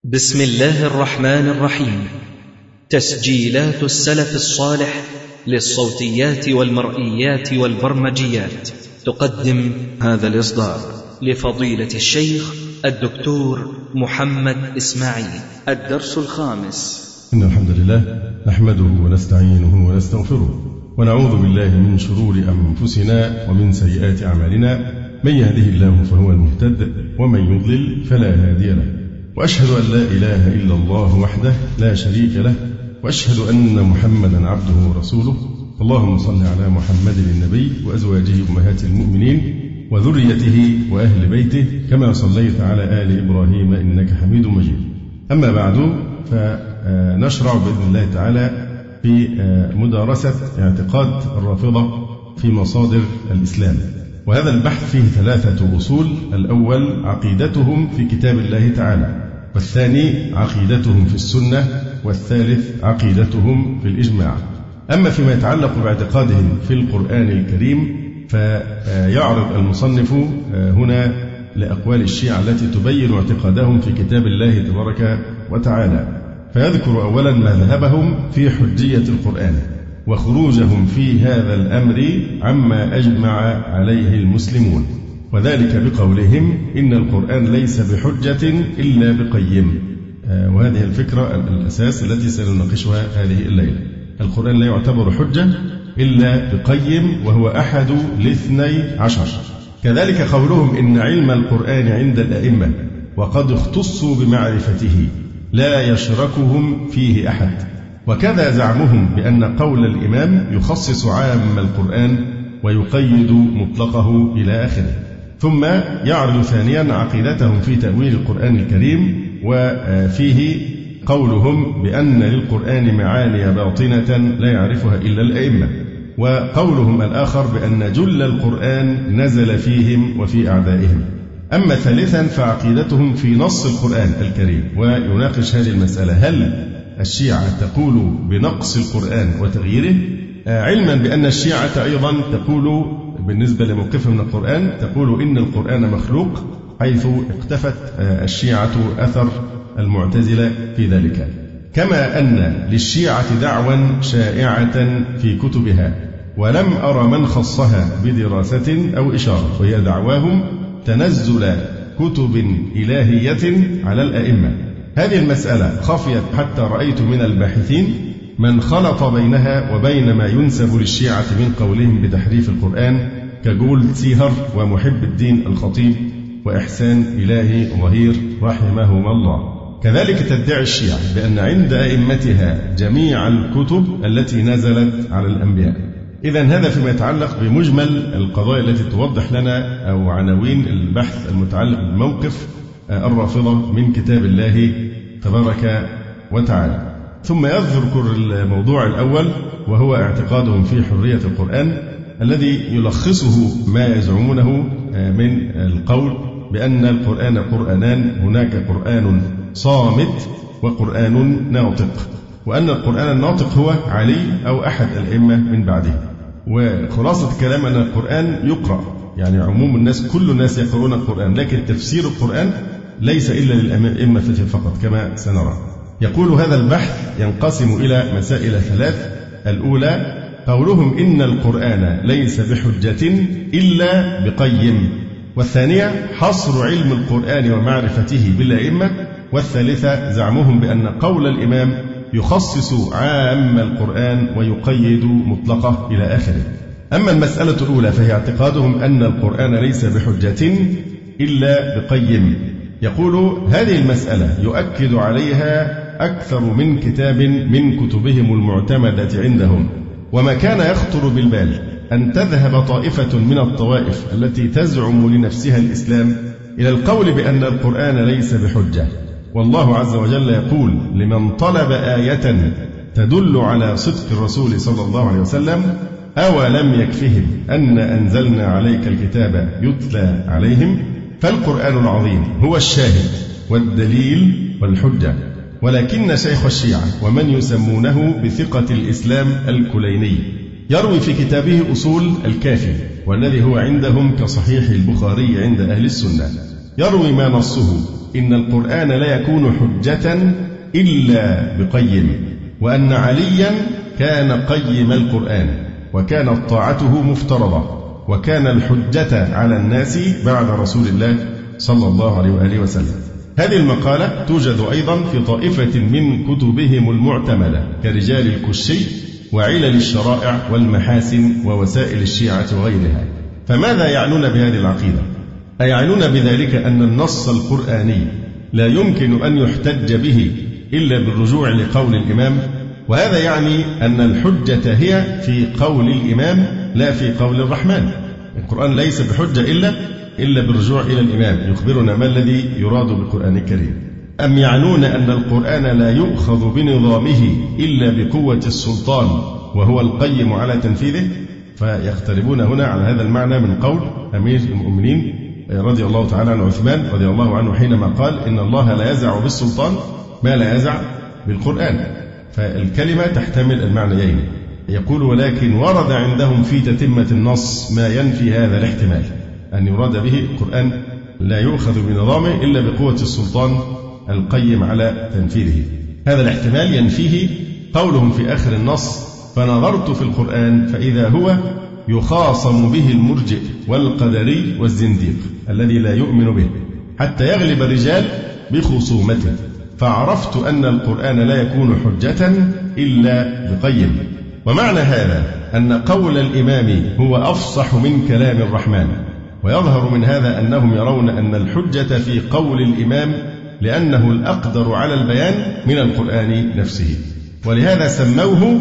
بسم الله الرحمن الرحيم. تسجيلات السلف الصالح للصوتيات والمرئيات والبرمجيات تقدم هذا الإصدار لفضيلة الشيخ الدكتور محمد إسماعيل. الدرس الخامس. إن الحمد لله نحمده ونستعينه ونستغفره ونعوذ بالله من شرور أنفسنا ومن سيئات أعمالنا، من يهده الله فهو المهتد ومن يضلل فلا هادي له، وأشهد أن لا إله إلا الله وحده لا شريك له، وأشهد أن محمدا عبده ورسوله. اللهم صل على محمد النبي وأزواجه أمهات المؤمنين وذريته وأهل بيته كما صليت على آل إبراهيم إنك حميد مجيد. أما بعد، فنشرع بإذن الله تعالى في مدارسة اعتقاد الرافضة في مصادر الإسلام، وهذا البحث فيه 3 أصول: الأول عقيدتهم في كتاب الله تعالى، والثاني عقيدتهم في السنة، والثالث عقيدتهم في الإجماع. أما فيما يتعلق باعتقادهم في القرآن الكريم، فيعرض المصنف هنا لأقوال الشيعة التي تبين اعتقادهم في كتاب الله تبارك وتعالى، فيذكر أولا مذهبهم في حجية القرآن وخروجهم في هذا الأمر عما أجمع عليه المسلمون، وذلك بقولهم إن القرآن ليس بحجة إلا بقيم. وهذه الفكرة الأساس التي سنناقشها هذه الليلة. القرآن لا يعتبر حجة إلا بقيم، وهو أحد ال12. كذلك قولهم إن علم القرآن عند الأئمة وقد اختصوا بمعرفته لا يشركهم فيه أحد، وكذا زعمهم بأن قول الإمام يخصص عام القرآن ويقيد مطلقه إلى آخره. ثم يعرض ثانيا عقيدتهم في تأويل القرآن الكريم، وفيه قولهم بأن للقرآن معاني باطنة لا يعرفها إلا الأئمة، وقولهم الآخر بأن جل القرآن نزل فيهم وفي أعدائهم. أما ثالثا فعقيدتهم في نص القرآن الكريم، ويناقش هذه المسألة: هل الشيعة تقول بنقص القرآن وتغييره؟ علما بأن الشيعة أيضا تقول بالنسبة لموقفهم من القرآن، تقول إن القرآن مخلوق، حيث اقتفت الشيعة أثر المعتزلة في ذلك. كما أن للشيعة دعوى شائعة في كتبها ولم أرى من خصها بدراسة أو إشارة، وهي دعواهم تنزل كتب إلهية على الأئمة. هذه المسألة خفيت حتى رأيت من الباحثين من خلط بينها وبين ما ينسب للشيعة من قولهم بتحريف القرآن كجولد سيهر ومحب الدين الخطيب وإحسان إلهي ظهير رحمهما الله. كذلك تدعي الشيعة بأن عند أئمتها جميع الكتب التي نزلت على الأنبياء. إذن هذا فيما يتعلق بمجمل القضايا التي توضح لنا أو عناوين البحث المتعلق بموقف الرافضة من كتاب الله تبارك وتعالى. ثم يذكر الموضوع الأول، وهو اعتقادهم في حرية القرآن، الذي يلخصه ما يزعمونه من القول بأن القرآن قرآنان: هناك قرآن صامت وقرآن ناطق، وأن القرآن الناطق هو علي أو أحد الأئمة من بعده. وخلاصة الكلام أن القرآن يقرأ، يعني عموم الناس كل الناس يقرؤون القرآن، لكن تفسير القرآن ليس إلا للأئمة فقط كما سنرى. يقول هذا البحث ينقسم إلى مسائل 3. الأولى قولهم إن القرآن ليس بحجة إلا بقيم، والثانية حصر علم القرآن ومعرفته بالأئمة، والثالثة زعمهم بأن قول الإمام يخصص عام القرآن ويقيد مطلقه إلى آخره. أما المسألة الأولى فهي اعتقادهم أن القرآن ليس بحجة إلا بقيم. يقول هذه المسألة يؤكد عليها أكثر من كتاب من كتبهم المعتمدة عندهم، وما كان يخطر بالبال أن تذهب طائفة من الطوائف التي تزعم لنفسها الإسلام إلى القول بأن القرآن ليس بحجة. والله عز وجل يقول: لمن طلب آية تدل على صدق الرسول صلى الله عليه وسلم أولم يكفهم أن أنزلنا عليك الكتاب يتلى عليهم. فالقرآن العظيم هو الشاهد والدليل والحجة. ولكن شيخ الشيعة ومن يسمونه بثقة الإسلام الكليني يروي في كتابه أصول الكافي، والذي هو عندهم كصحيح البخاري عند أهل السنة، يروي ما نصه إن القرآن لا يكون حجة إلا بقيم، وأن عليا كان قيم القرآن، وكانت طاعته مفترضة، وكان الحجة على الناس بعد رسول الله صلى الله عليه وآله وسلم. هذه المقالة توجد أيضا في طائفة من كتبهم المعتمدة كرجال الكشي وعلل الشرائع والمحاسن ووسائل الشيعة وغيرها. فماذا يعنون بهذه العقيدة؟ أيعنون بذلك أن النص القرآني لا يمكن أن يحتج به إلا بالرجوع لقول الإمام؟ وهذا يعني أن الحجة هي في قول الإمام لا في قول الرحمن. القرآن ليس بحجة إلا بالرجوع إلى الإمام يخبرنا ما الذي يراد بالقرآن الكريم. أم يعنون أن القرآن لا يؤخذ بنظامه إلا بقوة السلطان وهو القيم على تنفيذه؟ فيختلفون هنا على هذا المعنى من قول أمير المؤمنين رضي الله تعالى عن عثمان رضي الله عنه حينما قال إن الله لا يزع بالسلطان ما لا يزع بالقرآن. فالكلمة تحتمل المعنيين. يقول ولكن ورد عندهم في تتمة النص ما ينفي هذا الاحتمال، أن يراد به القرآن لا يؤخذ بنظامه إلا بقوة السلطان القيم على تنفيذه. هذا الاحتمال ينفيه قولهم في آخر النص فنظرت في القرآن فإذا هو يخاصم به المرجئ والقدري والزنديق الذي لا يؤمن به حتى يغلب الرجال بخصومته، فعرفت أن القرآن لا يكون حجة إلا بقيم. ومعنى هذا أن قول الإمام هو أفصح من كلام الرحمن، ويظهر من هذا أنهم يرون أن الحجة في قول الإمام لأنه الأقدر على البيان من القرآن نفسه، ولهذا سموه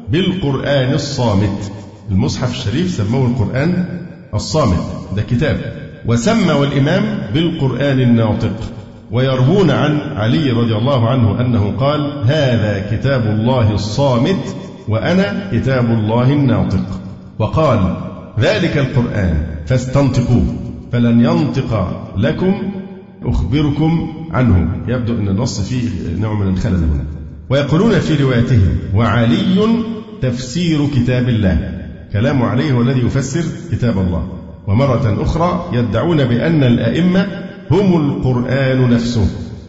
بالقرآن الصامت. المصحف الشريف سموه القرآن الصامت، ده كتاب، وسموا الإمام بالقرآن الناطق. ويروون عن علي رضي الله عنه أنه قال هذا كتاب الله الصامت وأنا كتاب الله الناطق، وقال ذلك القرآن فاستنطقوه فلن ينطق لكم أخبركم عنه. يبدو أن النص فيه نوع من الخلل هنا. ويقولون في روايتهم وعلي تفسير كتاب الله، كلام علي هو الذي يفسر كتاب الله. ومرة أخرى يدعون بأن الأئمة هم القرآن نفسه،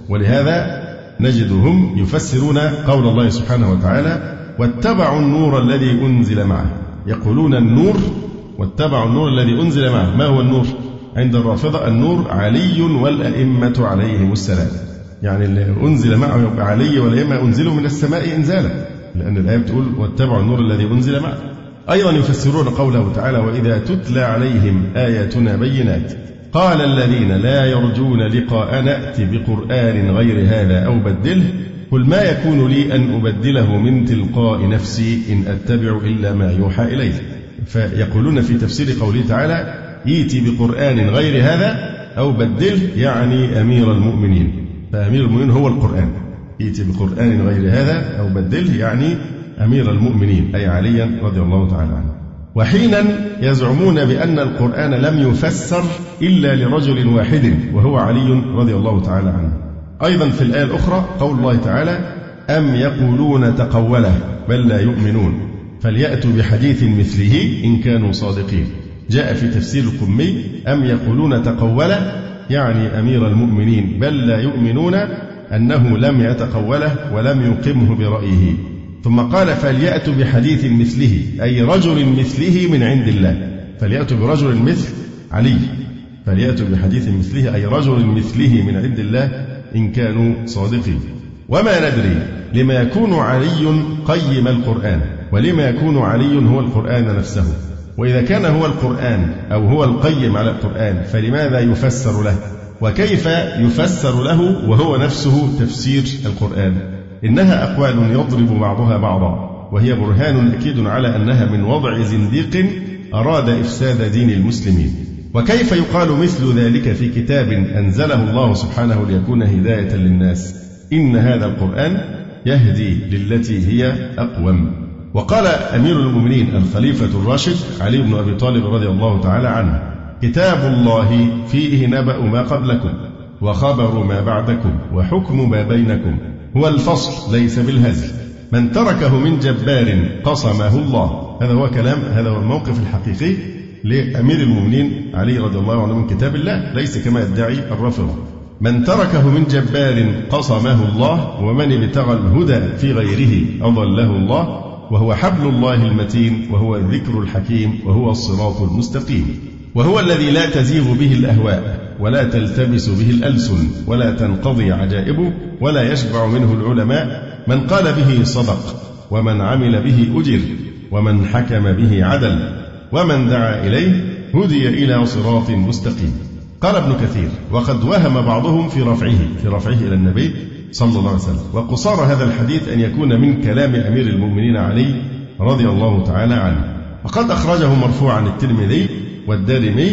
ولهذا نجدهم يفسرون قول الله سبحانه وتعالى واتبعوا النور الذي أنزل معه. يقولون النور واتبعوا النور الذي أنزل معه. ما هو النور؟ عند الرافضة النور علي والأئمة عليهم السلام، يعني اللي أنزل معه يبقى علي والأئمة أنزلوا من السماء إنزالا، لأن الآية بتقول واتبعوا النور الذي أنزل معه. أيضا يفسرون قوله تعالى وإذا تتلى عليهم آياتنا بينات قال الذين لا يرجون لقاء نأتي بقرآن غير هذا أو بدله قل ما يكون لي أن أبدله من تلقاء نفسي إن أتبع إلا ما يوحى إليه. فيقولون في تفسير قوله تعالى يأتي بقرآن غير هذا أو بدله يعني أمير المؤمنين، فأمير المؤمنين هو القرآن. يأتي بقرآن غير هذا أو بدله يعني أمير المؤمنين أي عليا رضي الله تعالى عنه. وحينا يزعمون بأن القرآن لم يفسر إلا لرجل واحد وهو علي رضي الله تعالى عنه. أيضا في الآية الأخرى قول الله تعالى أم يقولون تقوله بل لا يؤمنون فليأتوا بحديث مثله إن كانوا صادقين. جاء في تفسير القمي أم يقولون تقوله يعني أمير المؤمنين بل لا يؤمنون أنه لم يتقوله ولم يقمه برأيه. ثم قال فليأتوا بحديث مثله أي رجل مثله من عند الله، فليأتوا برجل مثل علي، فليأتوا بحديث مثله أي رجل مثله من عند الله إن كانوا صادقين. وما ندري لما يكون علي قيم القرآن ولما يكون علي هو القرآن نفسه، وإذا كان هو القرآن أو هو القيم على القرآن فلماذا يفسر له؟ وكيف يفسر له وهو نفسه تفسير القرآن؟ إنها أقوال يضرب بعضها بعضا، وهي برهان أكيد على أنها من وضع زنديق أراد إفساد دين المسلمين. وكيف يقال مثل ذلك في كتاب أنزله الله سبحانه ليكون هداية للناس؟ إن هذا القرآن يهدي للتي هي أقوم. وقال أمير المؤمنين الخليفة الراشد علي بن أبي طالب رضي الله تعالى عنه كتاب الله فيه نبأ ما قبلكم وخبر ما بعدكم وحكم ما بينكم هو الفصل ليس بالهزل من تركه من جبار قصمه الله. هذا هو كلام، هذا هو الموقف الحقيقي لأمير المؤمنين علي رضي الله عنه من كتاب الله، ليس كما يدعي الرافضة. من تركه من جبار قصمه الله، ومن ابتغى الهدى في غيره أضله الله، وهو حبل الله المتين، وهو الذكر الحكيم، وهو الصراط المستقيم، وهو الذي لا تزيغ به الأهواء ولا تلتبس به الألسن ولا تنقضي عجائبه ولا يشبع منه العلماء. من قال به صدق، ومن عمل به أجر، ومن حكم به عدل، ومن دعا إليه هدي إلى صراط مستقيم. قال ابن كثير: وقد وهم بعضهم في رفعه إلى النبي صلى الله عليه وسلم، وقصار هذا الحديث أن يكون من كلام أمير المؤمنين علي رضي الله تعالى عنه. وقد أخرجه مرفوعا الترمذي والدارمي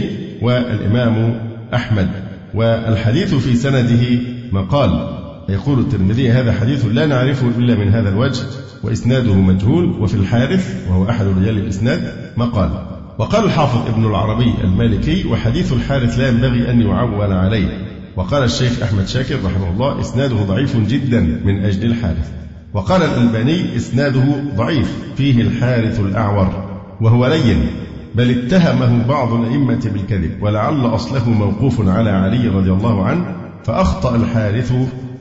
والإمام أحمد، والحديث في سنده مقال. يقول الترمذي: هذا حديث لا نعرفه إلا من هذا الوجه، وإسناده مجهول. وفي الحارث وهو أحد رجال الإسناد مقال. وقال الحافظ ابن العربي المالكي: وحديث الحارث لا ينبغي أن يعول عليه. وقال الشيخ أحمد شاكر رحمه الله: إسناده ضعيف جدا من أجل الحارث. وقال الألباني: إسناده ضعيف، فيه الحارث الأعور وهو لين، بل اتهمه بعض الأئمة بالكذب، ولعل أصله موقوف على علي رضي الله عنه، فأخطأ الحارث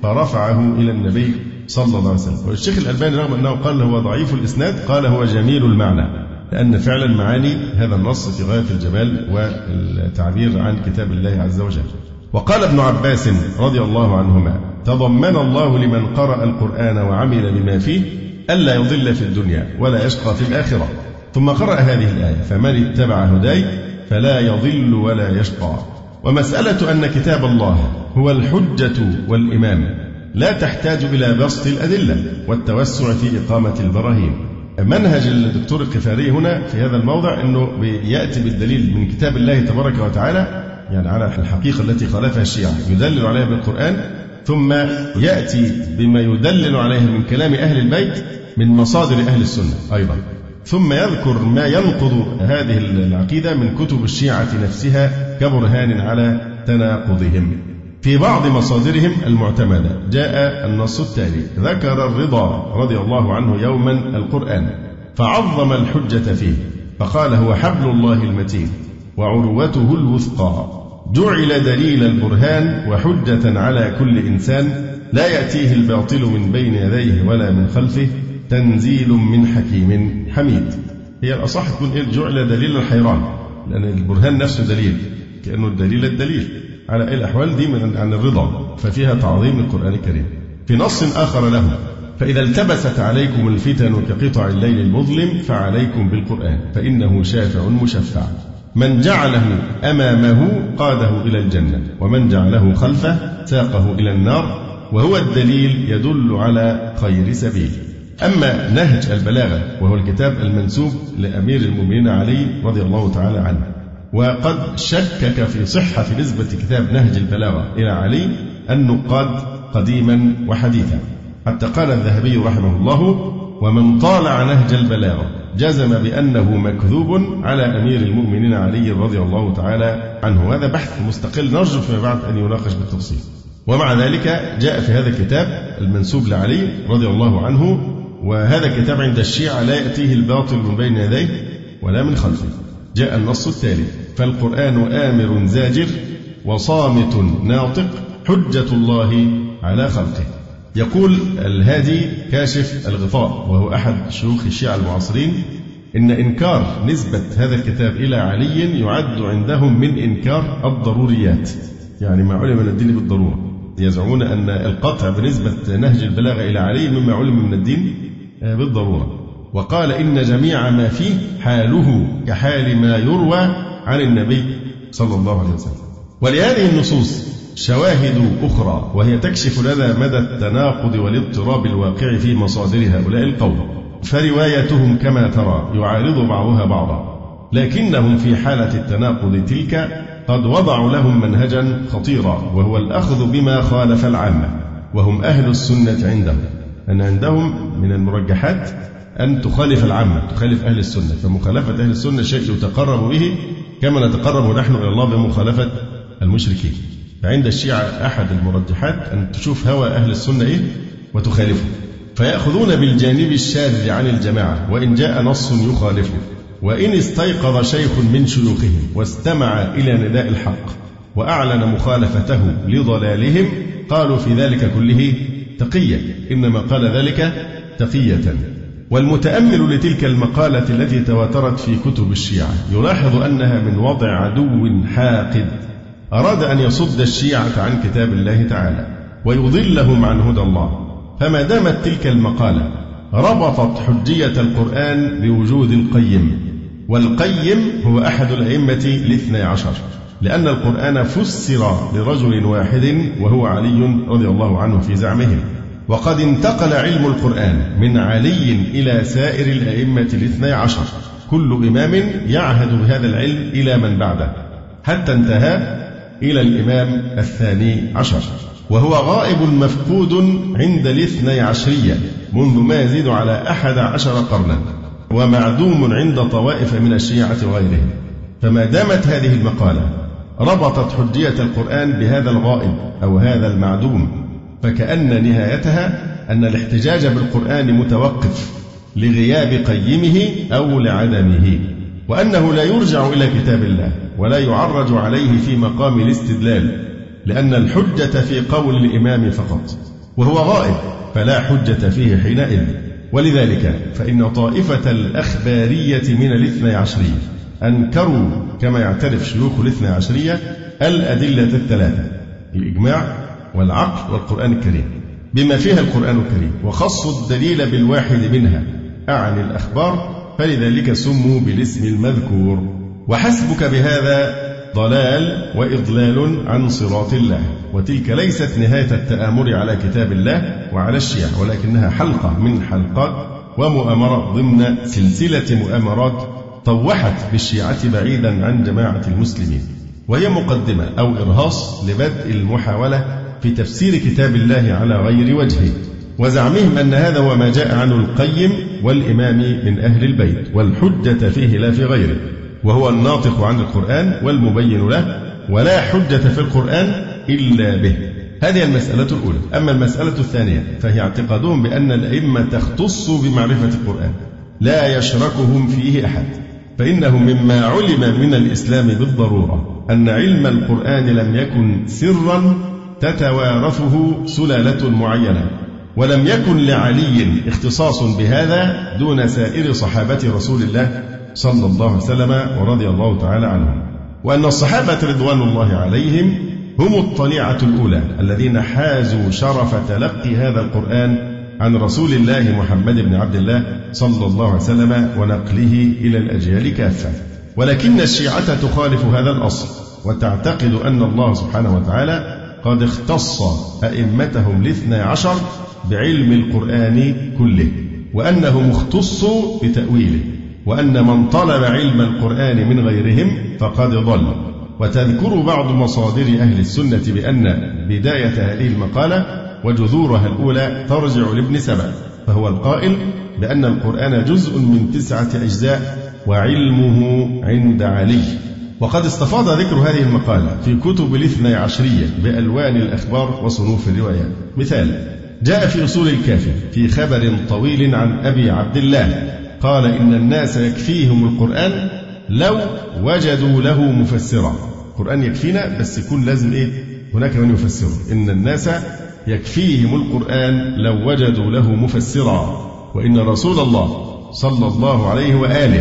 فرفعه إلى النبي صلى الله عليه وسلم. والشيخ الألباني رغم أنه قال هو ضعيف الإسناد، قال هو جميل المعنى، لأن فعلا معاني هذا النص في غاية الجمال والتعبير عن كتاب الله عز وجل. وقال ابن عباس رضي الله عنهما: تضمن الله لمن قرأ القرآن وعمل بما فيه ألا يضل في الدنيا ولا يشقى في الآخرة. ثم قرأ هذه الآية: فمن اتبع هداي فلا يضل ولا يشقى. ومسألة أن كتاب الله هو الحجة والإمام لا تحتاج إلى بسط الأدلة والتوسع في إقامة البراهين. منهج الدكتور القفاري هنا في هذا الموضع أنه يأتي بالدليل من كتاب الله تبارك وتعالى، يعني على الحقيقة التي خالفها الشيعة يدلل عليها بالقرآن، ثم يأتي بما يدلل عليها من كلام أهل البيت من مصادر أهل السنة أيضا، ثم يذكر ما ينقض هذه العقيدة من كتب الشيعة نفسها كبرهان على تناقضهم. في بعض مصادرهم المعتمدة جاء النص التالي: ذكر الرضا رضي الله عنه يوما القرآن فعظم الحجة فيه، فقال: هو حبل الله المتين وعروته الوثقى، جعل دليل البرهان وحجة على كل إنسان، لا يأتيه الباطل من بين يديه ولا من خلفه، تنزيل من حكيم حميد. هي الأصح تكون جعل دليل الحيران، لأن البرهان نفسه دليل، كأنه الدليل على أي الأحوال دي عن الرضا، ففيها تعظيم للقرآن الكريم. في نص آخر له: فإذا التبست عليكم الفتن كقطع الليل المظلم فعليكم بالقرآن فإنه شافع مشفع، من جعله أمامه قاده إلى الجنة، ومن جعله خلفه ساقه إلى النار، وهو الدليل يدل على خير سبيل. أما نهج البلاغة وهو الكتاب المنسوب لأمير المؤمنين علي رضي الله تعالى عنه، وقد شكك في صحة نسبة كتاب نهج البلاغة إلى علي النقاد قديما وحديثا، حتى قال الذهبي رحمه الله: ومن طالع نهج البلاغة جزم بأنه مكذوب على أمير المؤمنين علي رضي الله تعالى عنه. هذا بحث مستقل نرجو فيما بعد أن يناقش بالتفصيل. ومع ذلك جاء في هذا الكتاب المنسوب لعلي رضي الله عنه، وهذا الكتاب عند الشيعة لا يأتيه الباطل من بين يديه ولا من خلفه. جاء النص التالي: فالقرآن آمر زاجر وصامت ناطق، حجة الله على خلقه. يقول الهادي كاشف الغطاء وهو أحد شيوخ الشيعة المعاصرين: إن إنكار نسبة هذا الكتاب إلى علي يعد عندهم من إنكار الضروريات، يعني ما علم من الدين بالضرورة. يزعمون أن القطع بنسبة نهج البلاغة إلى علي مما علم من الدين بالضرورة. وقال: إن جميع ما فيه حاله كحال ما يروى عن النبي صلى الله عليه وسلم. ولهذه النصوص شواهد أخرى، وهي تكشف لنا مدى التناقض والاضطراب الواقع في مصادر هؤلاء القوم، فروايتهم كما ترى يعارض بعضها بعضا، لكنهم في حالة التناقض تلك قد وضعوا لهم منهجا خطيرا، وهو الأخذ بما خالف العامة، وهم أهل السنة عندهم، أن عندهم من المرجحات أن تخالف العامة، تخالف أهل السنة، فمخالفة أهل السنة شيء يتقرب به كما نتقرب نحن إلى الله بمخالفة المشركين. فعند الشيعة أحد المرجحات أن تشوف هوى أهل السنة إيه وتخالفه، فيأخذون بالجانب الشاذ عن الجماعة وإن جاء نص يخالفه، وإن استيقظ شيخ من شيوخهم واستمع إلى نداء الحق وأعلن مخالفته لضلالهم قالوا في ذلك كله تقية، إنما قال ذلك تقية. والمتأمل لتلك المقالة التي تواترت في كتب الشيعة يلاحظ أنها من وضع عدو حاقد أراد أن يصد الشيعة عن كتاب الله تعالى ويضلهم عن هدى الله. فما دامت تلك المقالة ربطت حجية القرآن بوجود القيم، والقيم هو أحد الأئمة الاثني عشر، لأن القرآن فسر لرجل واحد وهو علي رضي الله عنه في زعمهم. وقد انتقل علم القرآن من علي إلى سائر الأئمة الاثني عشر، كل إمام يعهد بهذا العلم إلى من بعده، حتى انتهى إلى الإمام الثاني عشر، وهو غائب مفقود عند الاثني عشرية منذ ما يزيد على 11 قرنا، ومعدوم عند طوائف من الشيعة وغيرهم. فما دامت هذه المقالة ربطت حجية القرآن بهذا الغائب أو هذا المعدوم، فكأن نهايتها أن الاحتجاج بالقرآن متوقف لغياب قيمه أو لعدمه، وأنه لا يرجع إلى كتاب الله ولا يعرج عليه في مقام الاستدلال، لأن الحجة في قول الإمام فقط، وهو غائب فلا حجة فيه حينئذ. ولذلك فإن طائفة الأخبارية من الاثني عشرية أنكروا كما يعترف شيوخ الاثني عشرية الأدلة الثلاثة: الإجماع والعقل والقرآن الكريم، بما فيها القرآن الكريم، وخصوا الدليل بالواحد منها أعني الأخبار، فلذلك سموا بالاسم المذكور. وحسبك بهذا ضلال وإضلال عن صراط الله. وتلك ليست نهاية التآمر على كتاب الله وعلى الشيعة، ولكنها حلقة من حلقات ومؤامرة ضمن سلسلة مؤامرات طوحت بالشيعة بعيدا عن جماعة المسلمين، وهي مقدمة أو إرهاص لبدء المحاولة في تفسير كتاب الله على غير وجهه، وزعمهم أن هذا هو ما جاء عنه القيم والإمام من أهل البيت، والحجة فيه لا في غيره، وهو الناطق عن القرآن والمبين له، ولا حجة في القرآن إلا به. هذه المسألة الأولى. أما المسألة الثانية فهي اعتقادهم بأن الأئمة تختص بمعرفة القرآن لا يشركهم فيه أحد، فإنه مما علم من الإسلام بالضرورة أن علم القرآن لم يكن سرا تتوارثه سلالة معينة، ولم يكن لعلي اختصاص بهذا دون سائر صحابة رسول الله صلى الله عليه وسلم ورضي الله تعالى عنهم، وأن الصحابة رضوان الله عليهم هم الطليعة الأولى الذين حازوا شرف تلقي هذا القرآن عن رسول الله محمد بن عبد الله صلى الله عليه وسلم ونقله إلى الأجيال كافة. ولكن الشيعة تخالف هذا الأصل، وتعتقد أن الله سبحانه وتعالى قد اختص أئمتهم الاثني عشر بعلم القرآن كله، وأنه مختص بتأويله، وأن من طلب علم القرآن من غيرهم فقد ضل. وتذكر بعض مصادر أهل السنة بأن بداية هذه المقالة وجذورها الأولى ترجع لابن سبأ، فهو القائل بأن القرآن جزء من 9 أجزاء وعلمه عند علي. وقد استفاض ذكر هذه المقالة في كتب الاثني عشرية بألوان الأخبار وصنوف الروايات. مثال: جاء في أصول الكافي في خبر طويل عن أبي عبد الله قال إن الناس يكفيهم القرآن لو وجدوا له مفسرا. القرآن يكفينا بس يكون لازم هناك من يفسره. إن الناس يكفيهم القرآن لو وجدوا له مفسرا، وإن رسول الله صلى الله عليه وآله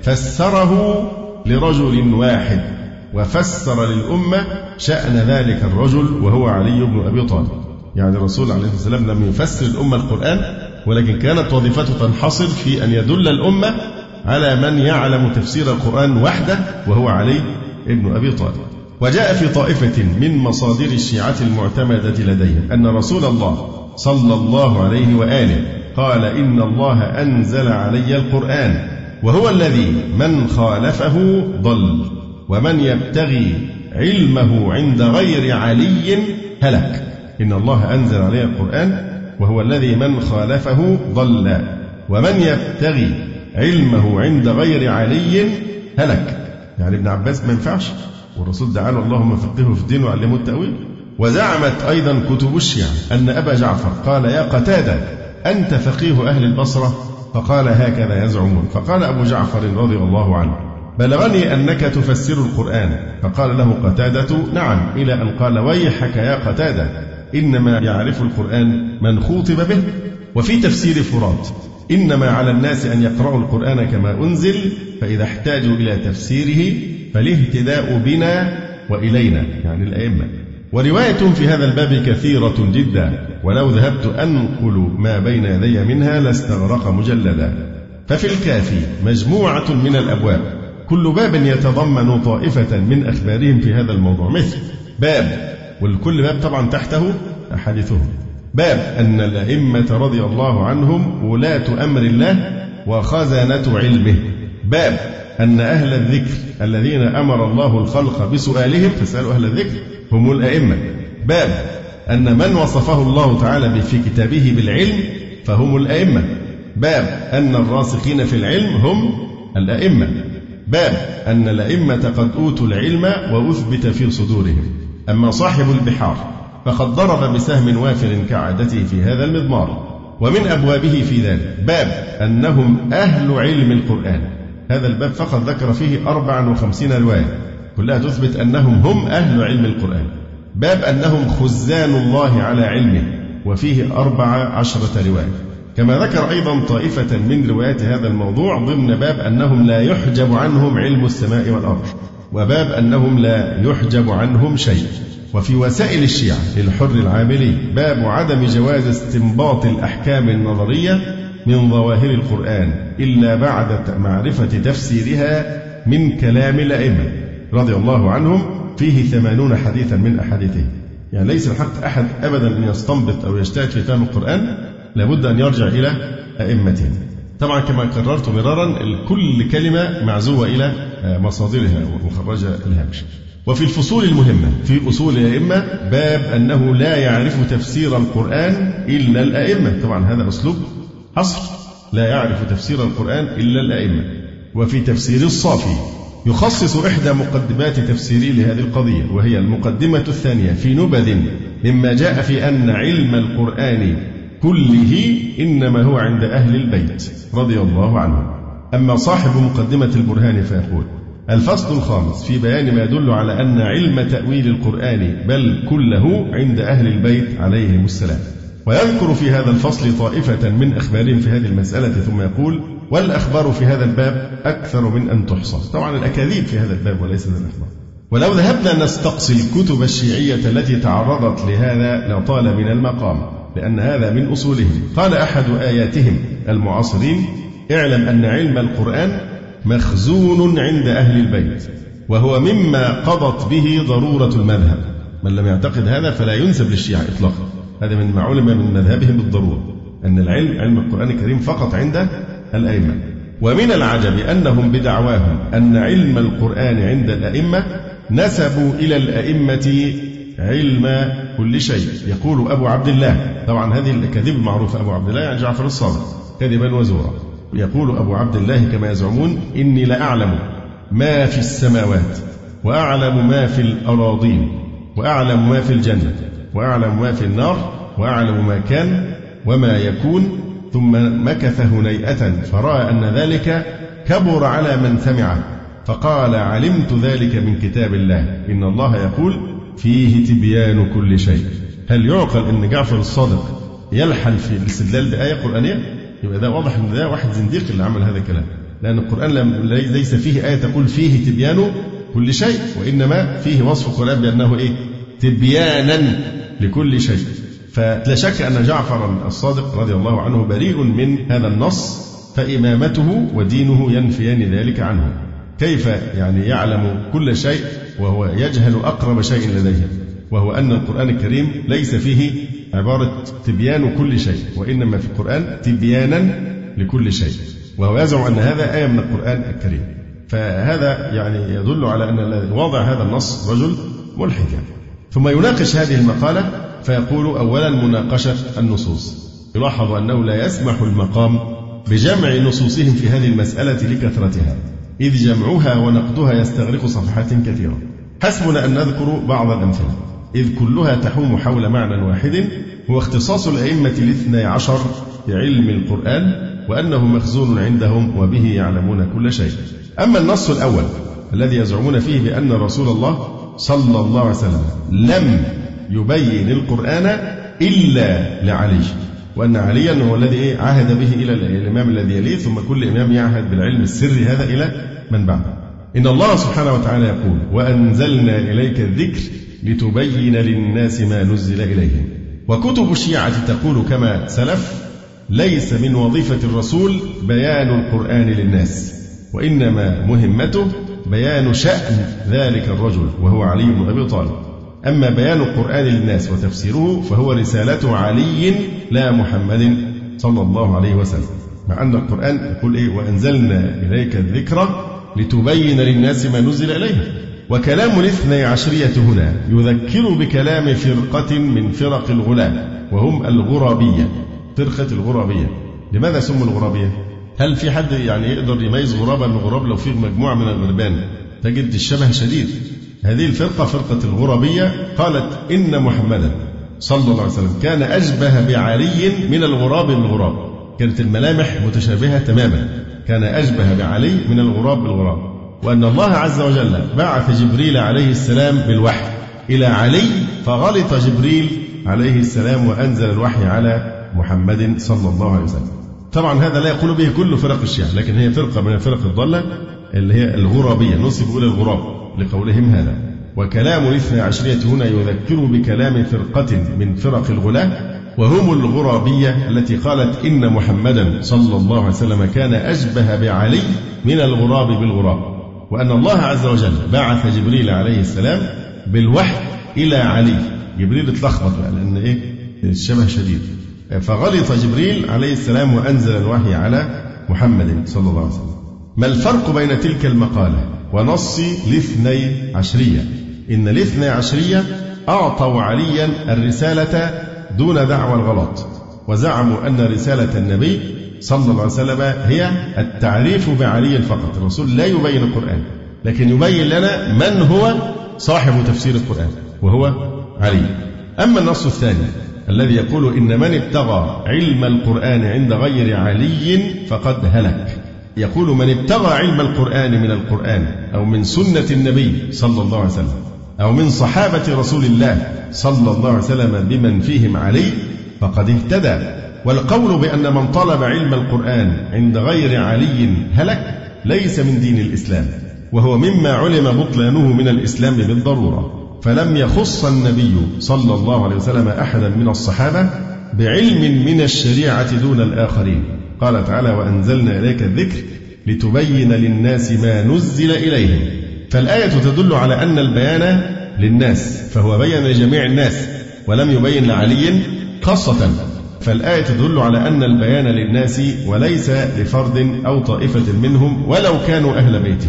فسره لرجل واحد وفسر للأمة شأن ذلك الرجل وهو علي بن أبي طالب. يعني الرسول عليه الصلاة والسلام لم يفسر الأمة القرآن، ولكن كانت وظيفته تنحصر في أن يدل الأمة على من يعلم تفسير القرآن وحده وهو علي بن أبي طالب. وجاء في طائفة من مصادر الشيعة المعتمدة لديهم أن رسول الله صلى الله عليه وآله قال إن الله أنزل علي القرآن وهو الذي من خالفه ضل، ومن يبتغي علمه عند غير علي هلك. إن الله أنزل علي القرآن وهو الذي من خالفه ضل، ومن يبتغي علمه عند غير علي هلك. يعني ابن عباس ما ينفعش، والرسول دعا له اللهم فقهه في الدين وعلمه التأويل. وزعمت أيضا كتب الشيعة أن أبا جعفر قال يا قتادة أنت فقيه أهل البصرة؟ فقال هكذا يزعمون. فقال أبو جعفر رضي الله عنه بلغني أنك تفسر القرآن. فقال له قتادة: نعم، إلى أن قال: ويحك يا قتادة، إنما يعرف القرآن من خوطب به. وفي تفسير فرات: إنما على الناس أن يقرأوا القرآن كما أنزل، فإذا احتاجوا إلى تفسيره فالاهتداء بنا وإلينا، يعني الأئمة. ورواية في هذا الباب كثيرة جدا، ولو ذهبت أنقل ما بين يدي منها لاستغرق مجلدا. ففي الكافي مجموعة من الأبواب، كل باب يتضمن طائفة من أخبارهم في هذا الموضوع، مثل باب، والكل باب طبعا تحته أحاديثهم، باب أن الأئمة رضي الله عنهم ولاة أمر الله وخزنة علمه، باب أن أهل الذكر الذين أمر الله الخلق بسؤالهم فاسألوا أهل الذكر هم الأئمة، باب أن من وصفه الله تعالى في كتابه بالعلم فهم الأئمة، باب أن الراسخين في العلم هم الأئمة، باب أن الأئمة قد أوتوا العلم وأثبت في صدورهم. أما صاحب البحار فقد ضرب بسهم وافر كعادته في هذا المضمار. ومن أبوابه في ذلك باب أنهم أهل علم القرآن، هذا الباب فقط ذكر فيه 54 رواية كلها تثبت أنهم هم أهل علم القرآن. باب أنهم خزان الله على علمه، وفيه 14 رواية. كما ذكر أيضا طائفة من روايات هذا الموضوع ضمن باب أنهم لا يحجب عنهم علم السماء والأرض، وباب أنهم لا يحجب عنهم شيء. وفي وسائل الشيعة للحر العاملي باب عدم جواز استنباط الأحكام النظرية من ظواهر القرآن إلا بعد معرفة تفسيرها من كلام الأئمة رضي الله عنهم، فيه 80 حديثا من أحاديثه. يعني ليس الحق أحد أبدا أن يستنبط أو يجتهد في فهم القرآن، لابد أن يرجع إلى أئمتهم. طبعا كما قررت مرارا كل كلمة معزوة إلى مصادرها ومخرجة الهامش. وفي الفصول المهمة في أصول الأئمة باب أنه لا يعرف تفسير القرآن إلا الأئمة، طبعا هذا أسلوب حصر، لا يعرف تفسير القرآن إلا الأئمة. وفي تفسير الصافي يخصص إحدى مقدمات تفسيره لهذه القضية، وهي المقدمة الثانية في نبذ مما جاء في أن علم القرآن كله إنما هو عند أهل البيت رضي الله عنهم. أما صاحب مقدمة البرهان فيقول: الفصل الخامس في بيان ما يدل على أن علم تأويل القرآن بل كله عند أهل البيت عليهم السلام. ويذكر في هذا الفصل طائفة من أخبارهم في هذه المسألة، ثم يقول: والأخبار في هذا الباب أكثر من أن تحصى. طبعا الأكاذيب في هذا الباب وليس الأخبار. ولو ذهبنا نستقصي الكتب الشيعية التي تعرضت لهذا لطال من المقام، لأن هذا من أصولهم. قال أحد آياتهم المعاصرين: اعلم أن علم القرآن مخزون عند أهل البيت، وهو مما قضت به ضرورة المذهب. من لم يعتقد هذا فلا ينسب للشيعة إطلاقا، هذا من ما علم من مذهبهم بالضرورة، أن العلم علم القرآن الكريم فقط عند الأئمة. ومن العجب أنهم بدعواهم أن علم القرآن عند الأئمة نسبوا إلى الأئمة علم كل شيء. يقول أبو عبد الله، طبعا هذه الكذب المعروفة، أبو عبد الله يعني جعفر الصادق كذبا وزورا. يقول أبو عبد الله كما يزعمون: إني لأعلم ما في السماوات، وأعلم ما في الأراضين، وأعلم ما في الجنة، وأعلم ما في النار، وأعلم ما كان وما يكون. ثم مكث هنيئة فرأى أن ذلك كبر على من سمعه، فقال: علمت ذلك من كتاب الله، إن الله يقول فيه تبيان كل شيء. هل يعقل أن جعفر الصادق يلحن في الاستدلال بآية قرآنية؟ يبقى ده واضح أن ده واحد زنديق اللي عمل هذا الكلام، لأن القرآن ليس فيه آية تقول فيه تبيان كل شيء، وإنما فيه وصف القرآن بأنه تبيانا لكل شيء. فلا شك أن جعفر الصادق رضي الله عنه بريء من هذا النص، فإمامته ودينه ينفيان ذلك عنه. كيف يعلم كل شيء وهو يجهل أقرب شيء لديه، وهو أن القرآن الكريم ليس فيه عبارة تبيان كل شيء، وإنما في القرآن تبيانا لكل شيء، وهو يزعم أن هذا آية من القرآن الكريم. فهذا يدل على أن الذي وضع هذا النص رجل ملحد. ثم يناقش هذه المقالة فيقول: أولا مناقشة النصوص. يلاحظ أنه لا يسمح المقام بجمع نصوصهم في هذه المسألة لكثرتها، إذ جمعها ونقدها يستغرق صفحات كثيرة. حسبنا أن نذكر بعض الأمثلة، إذ كلها تحوم حول معنى واحد، هو اختصاص الأئمة 12 بعلم القرآن، وأنه مخزون عندهم وبه يعلمون كل شيء. أما النص الأول الذي يزعمون فيه بأن رسول الله صلى الله عليه وسلم لم يبين القرآن إلا لعلي، وأن عليا هو الذي عهد به إلى الإمام الذي يليه، ثم كل إمام يعهد بالعلم السري هذا إلى من بعده. إن الله سبحانه وتعالى يقول: وأنزلنا إليك الذكر لتبين للناس ما نزل إليهم. وكتب الشيعة تقول كما سلف: ليس من وظيفة الرسول بيان القرآن للناس، وإنما مهمته بيان شأن ذلك الرجل وهو علي بن أبي طالب. أما بيان القرآن للناس وتفسيره فهو رسالة علي لا محمد صلى الله عليه وسلم، مع أن القرآن يقول وأنزلنا إليك الذكر لتبين للناس ما نزل إليهم. وكلام الاثني عشرية هنا يذكر بكلام فرقة من فرق الغلاة، وهم الغرابية. فرقة الغرابية، لماذا سموا الغرابية؟ هل في حد يقدر يميز غرابة من غراب؟ لو في مجموعة من الغربان تجد الشبه شديد. هذه الفرقة فرقة الغرابية قالت إن محمدا صلى الله عليه وسلم كان أشبه بعلي من الغراب بالغراب، كانت الملامح متشابهة تماما، كان أشبه بعلي من الغراب بالغراب، وأن الله عز وجل بعث جبريل عليه السلام بالوحي إلى علي، فغلط جبريل عليه السلام وأنزل الوحي على محمد صلى الله عليه وسلم. طبعا هذا لا يقول به كل فرق الشيعة، لكن هي فرقة من الفرق الضالة اللي هي الغرابية، نصب إلى الغراب لقولهم هذا. وكلام الاثنى عشرية هنا يذكر بكلام فرقة من فرق الغلاة، وهم الغرابية التي قالت إن محمدا صلى الله عليه وسلم كان أشبه بعلي من الغراب بالغراب، وأن الله عز وجل بعث جبريل عليه السلام بالوحي إلى علي. جبريل اتلخبط لأن الشبه شديد، فغلط جبريل عليه السلام وأنزل الوحي على محمد صلى الله عليه وسلم. ما الفرق بين تلك المقالة ونص الاثني عشرية؟ إن الاثني عشرية أعطوا عليا الرسالة دون دعوى الغلط، وزعموا أن رسالة النبي صلى الله عليه وسلم هي التعريف بعلي فقط. الرسول لا يبين القرآن، لكن يبين لنا من هو صاحب تفسير القرآن وهو علي. أما النص الثاني الذي يقول إن من ابتغى علم القرآن عند غير علي فقد هلك، يقول من ابتغى علم القرآن من القرآن أو من سنة النبي صلى الله عليه وسلم أو من صحابة رسول الله صلى الله عليه وسلم بمن فيهم علي فقد اهتدى. والقول بأن من طلب علم القرآن عند غير علي هلك ليس من دين الإسلام، وهو مما علم بطلانه من الإسلام بالضرورة. فلم يخص النبي صلى الله عليه وسلم أحدا من الصحابة بعلم من الشريعة دون الآخرين. قال تعالى وأنزلنا إليك الذكر لتبين للناس ما نزل إليهم. فالآية تدل على أن البيان للناس، فهو بين لجميع الناس ولم يبين لعلي خاصة. فالآية تدل على أن البيان للناس وليس لفرد أو طائفة منهم ولو كانوا أهل بيته.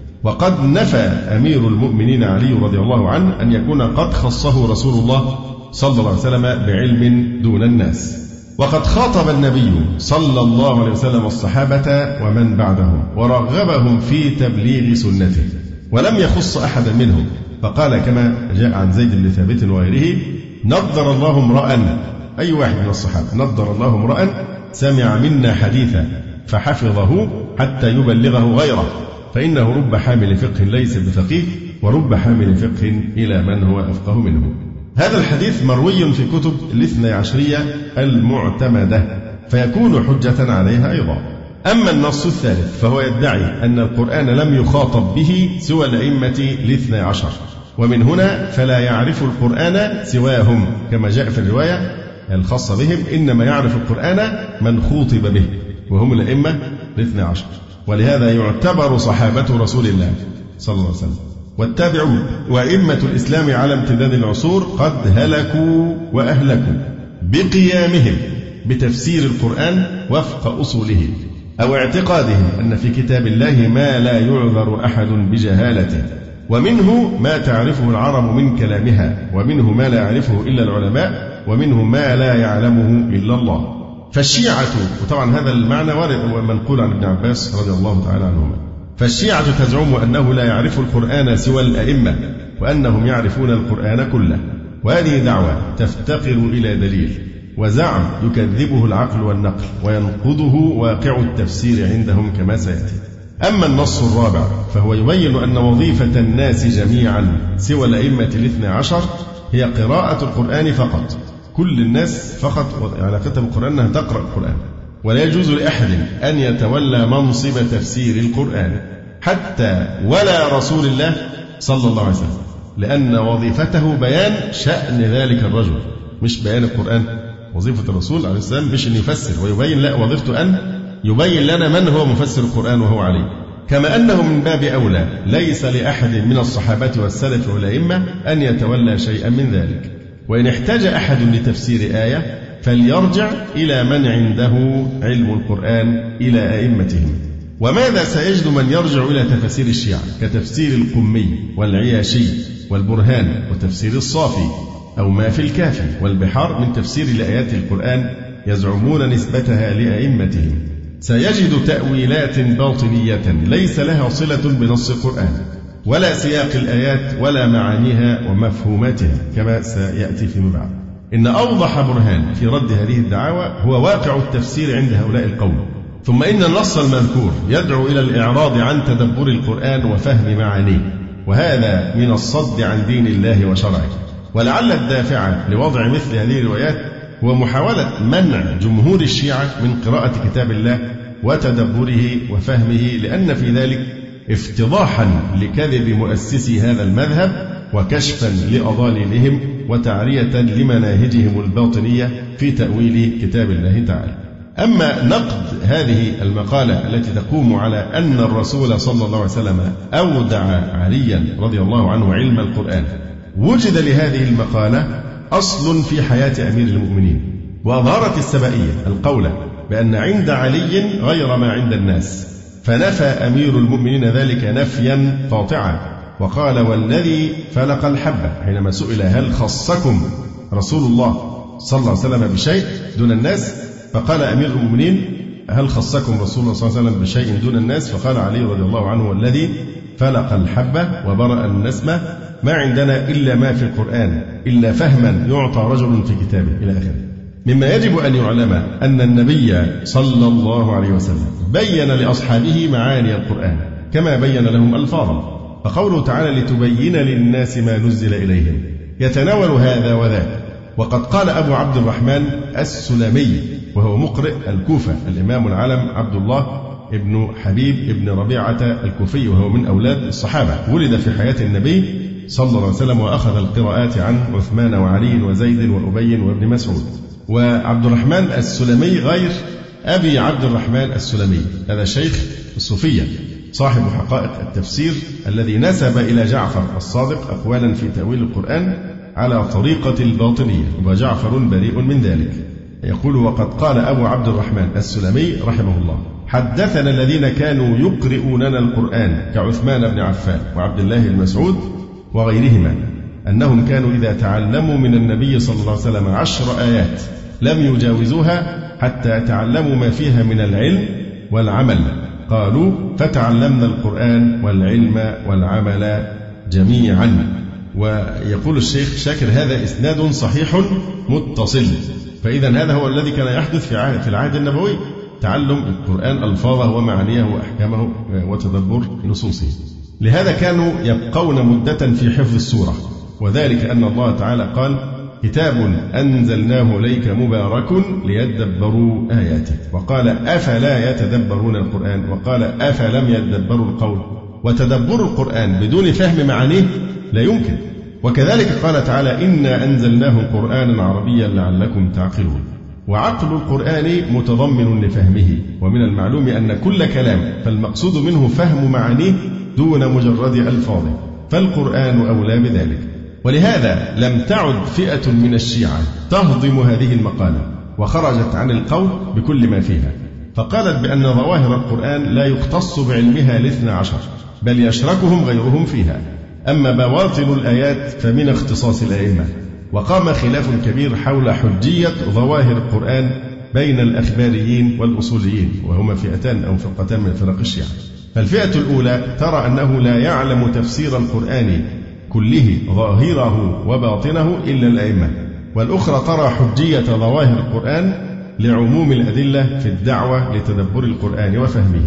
وقد نفى أمير المؤمنين علي رضي الله عنه أن يكون قد خصه رسول الله صلى الله عليه وسلم بعلم دون الناس. وقد خاطب النبي صلى الله عليه وسلم الصحابة ومن بعدهم ورغبهم في تبليغ سنته، ولم يخص أحدا منهم، فقال كما جاء عن زيد بن ثابت وغيره نضر الله امرأ، أي واحد من الصحابة، نضر الله امرأ سمع منا حديثا فحفظه حتى يبلغه غيره، فإنه رب حامل فقه ليس بفقيه ورب حامل فقه إلى من هو أفقه منه. هذا الحديث مروي في كتب الاثني عشرية المعتمدة، فيكون حجة عليها أيضا. أما النص الثالث فهو يدعي أن القرآن لم يخاطب به سوى الأئمة الاثني عشر، ومن هنا فلا يعرف القرآن سواهم، كما جاء في الرواية الخاصة بهم إنما يعرف القرآن من خوطب به، وهم الأئمة الاثني عشر. ولهذا يعتبر صحابة رسول الله صلى الله عليه وسلم والتابعون وأئمة الإسلام على امتداد العصور قد هلكوا وأهلكوا بقيامهم بتفسير القرآن وفق أصوله، أو اعتقادهم أن في كتاب الله ما لا يعذر أحد بجهالته، ومنه ما تعرفه العرب من كلامها، ومنه ما لا يعرفه إلا العلماء، ومنه ما لا يعلمه إلا الله. فالشيعة، وطبعا هذا المعنى وارد ومنقول عن ابن عباس رضي الله تعالى عنهما، فالشيعة تزعم أنه لا يعرف القرآن سوى الأئمة، وأنهم يعرفون القرآن كله، وهذه دعوة تفتقر إلى دليل، وزعم يكذبه العقل والنقل وينقضه واقع التفسير عندهم كما سيأتي. أما النص الرابع فهو يبين أن وظيفة الناس جميعا سوى الأئمة 12 هي قراءة القرآن فقط. كل الناس فقط علاقتها بالقرآن أنها تقرأ القرآن، ولا يجوز لأحد أن يتولى منصب تفسير القرآن حتى ولا رسول الله صلى الله عليه وسلم، لأن وظيفته بيان شأن ذلك الرجل مش بيان القرآن. وظيفة الرسول عليه السلام مش أن يفسر ويبين، لا، وظيفته أن يبين لنا من هو مفسر القرآن وهو عليه. كما أنه من باب أولى ليس لأحد من الصحابة والسلف والأئمة أن يتولى شيئا من ذلك. وإن احتاج أحد لتفسير آية فليرجع إلى من عنده علم القرآن، إلى أئمتهم. وماذا سيجد من يرجع إلى تفاسير الشيعة كتفسير القمي والعياشي والبرهان وتفسير الصافي أو ما في الكافي والبحار من تفسير لآيات القرآن يزعمون نسبتها لأئمتهم؟ سيجد تأويلات باطنية ليس لها صلة بنص القرآن ولا سياق الآيات ولا معانيها ومفهوماتها كما سيأتي فيما بعد. إن أوضح برهان في رد هذه الدعاوى هو واقع التفسير عند هؤلاء القوم. ثم إن النص المذكور يدعو إلى الإعراض عن تدبر القرآن وفهم معانيه، وهذا من الصد عن دين الله وشرعه. ولعل الدافع لوضع مثل هذه الروايات هو محاولة منع جمهور الشيعة من قراءة كتاب الله وتدبره وفهمه، لأن في ذلك افتضاحا لكذب مؤسسي هذا المذهب وكشفا لأضاليلهم وتعرية لمناهجهم الباطنية في تأويل كتاب الله تعالى. أما نقد هذه المقالة التي تقوم على أن الرسول صلى الله عليه وسلم أودع عليا رضي الله عنه علم القرآن، وجد لهذه المقالة أصل في حياة أمير المؤمنين، وأظهرت السبائية القول بأن عند علي غير ما عند الناس، فنفى أمير المؤمنين ذلك نفيا قاطعا وقال: والذي فلق الحبة، حينما سئل هل خصكم رسول الله صلى الله عليه وسلم بشيء دون الناس، فقال أمير المؤمنين: هل خصكم رسول الله صلى الله عليه وسلم بشيء دون الناس؟ فقال علي رضي الله عنه: والذي فلق الحبة وبرأ النسمة، ما عندنا إلا ما في القرآن إلا فهما يعطى رجل في كتابه، إلى آخره. مما يجب أن يعلم أن النبي صلى الله عليه وسلم بين لأصحابه معاني القرآن كما بين لهم ألفاظا، فقوله تعالى: لتبين للناس ما نزل إليهم، يتناول هذا وذاك. وقد قال أبو عبد الرحمن السلمي وهو مقرئ الكوفة الإمام العلم عبد الله ابن حبيب ابن ربيعة الكوفي، وهو من أولاد الصحابة، ولد في حياة النبي صلى الله عليه وسلم، وأخذ القراءات عن عثمان وعلي وزيد وأبي وابن مسعود. وعبد الرحمن السلمي غير أبي عبد الرحمن السلمي، هذا شيخ الصوفية صاحب حقائق التفسير الذي نسب إلى جعفر الصادق أقوالا في تأويل القرآن على طريقة الباطنية، وجعفر بريء من ذلك. يقول: وقد قال أبو عبد الرحمن السلمي رحمه الله: حدثنا الذين كانوا يقرؤوننا القرآن كعثمان بن عفان وعبد الله بن مسعود وغيرهما أنهم كانوا إذا تعلموا من النبي صلى الله عليه وسلم 10 آيات لم يجاوزوها حتى تعلموا ما فيها من العلم والعمل. قالوا: فتعلمنا القرآن والعلم والعمل جميعا. ويقول الشيخ شاكر: هذا إسناد صحيح متصل. فإذا هذا هو الذي كان يحدث في العهد النبوي، تعلم القرآن ألفاظه ومعانيه وأحكامه وتدبر نصوصه. لهذا كانوا يبقون مدة في حفظ السورة، وذلك أن الله تعالى قال: كتاب أنزلناه إليك مبارك ليدبروا آياته، وقال: أفلا يتدبرون القرآن، وقال: أفلم يدبروا القول. وتدبر القرآن بدون فهم معانيه لا يمكن. وكذلك قال تعالى: إنا أنزلناه قرآنا عربيا لعلكم تعقلون. وعقل القرآن متضمن لفهمه، ومن المعلوم أن كل كلام فالمقصود منه فهم معانيه دون مجرد ألفاظه، فالقرآن أولى بذلك. ولهذا لم تعد فئة من الشيعة تهضم هذه المقالة، وخرجت عن القول بكل ما فيها، فقالت بأن ظواهر القرآن لا يختص بعلمها 12، بل يشركهم غيرهم فيها، أما بواطن الآيات فمن اختصاص الأئمة. وقام خلاف كبير حول حجية ظواهر القرآن بين الأخباريين والأصوليين، وهما فئتان أو فرقتان من فرق الشيعة. فالفئة الأولى ترى أنه لا يعلم تفسير القرآن كله ظاهره وباطنه إلا الأئمة، والأخرى ترى حجية ظواهر القرآن لعموم الأدلة في الدعوة لتدبر القرآن وفهمه.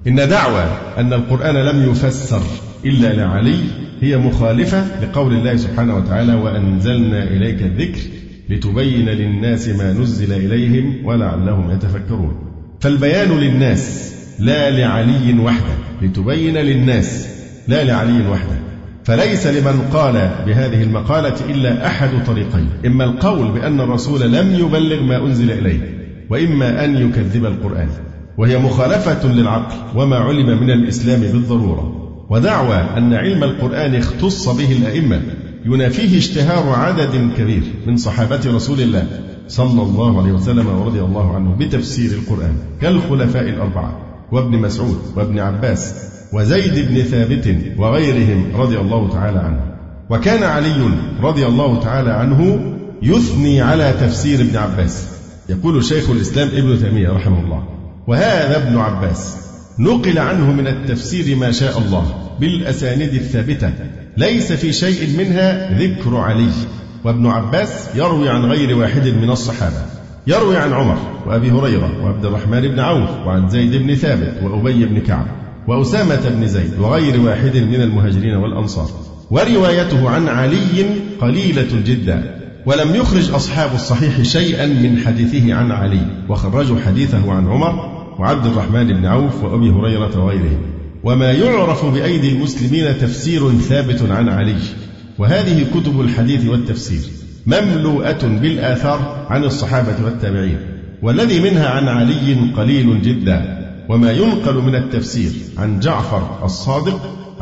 إن دعوى أن القرآن لم يفسر إلا لعلي هي مخالفة لقول الله سبحانه وتعالى: وأنزلنا إليك الذكر لتبين للناس ما نزل إليهم ولعلهم يتفكرون. فالبيان للناس لا لعلي وحده، لتبين للناس لا لعلي وحده. فليس لمن قال بهذه المقالة إلا أحد طريقين: إما القول بأن الرسول لم يبلغ ما أنزل إليه، وإما أن يكذب القرآن، وهي مخالفة للعقل وما علم من الإسلام بالضرورة. ودعوى أن علم القرآن اختص به الأئمة ينافيه اشتهار عدد كبير من صحابة رسول الله صلى الله عليه وسلم ورضي الله عنه بتفسير القرآن، كالخلفاء الأربعة وابن مسعود وابن عباس وزيد بن ثابت وغيرهم رضي الله تعالى عنه. وكان علي رضي الله تعالى عنه يثني على تفسير ابن عباس. يقول شيخ الإسلام ابن تيمية رحمه الله: وهذا ابن عباس نقل عنه من التفسير ما شاء الله بالأسانيد الثابتة، ليس في شيء منها ذكر علي. وابن عباس يروي عن غير واحد من الصحابة، يروي عن عمر وأبي هريرة وعبد الرحمن بن عوف وعن زيد بن ثابت وأبي بن كعب وأسامة بن زيد وغير واحد من المهاجرين والأنصار. وروايته عن علي قليلة جدا، ولم يخرج أصحاب الصحيح شيئا من حديثه عن علي، وخرجوا حديثه عن عمر وعبد الرحمن بن عوف وأبي هريرة وغيرهم. وما يعرف بأيدي المسلمين تفسير ثابت عن علي. وهذه كتب الحديث والتفسير مملوءة بالآثار عن الصحابة والتابعين، والذي منها عن علي قليل جدا. وما ينقل من التفسير عن جعفر الصادق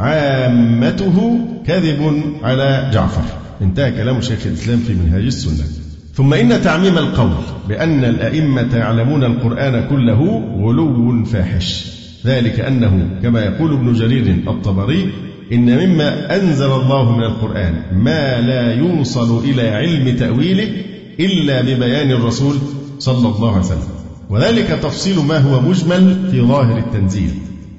عامته كذب على جعفر. انتهى كلام شيخ الإسلام في منهاج السنة. ثم إن تعميم القول بأن الأئمة يعلمون القرآن كله غلو فاحش، ذلك أنه كما يقول ابن جرير الطبري: إن مما أنزل الله من القرآن ما لا يوصل إلى علم تأويله إلا ببيان الرسول صلى الله عليه وسلم، وذلك تفصيل ما هو مجمل في ظاهر التنزيل،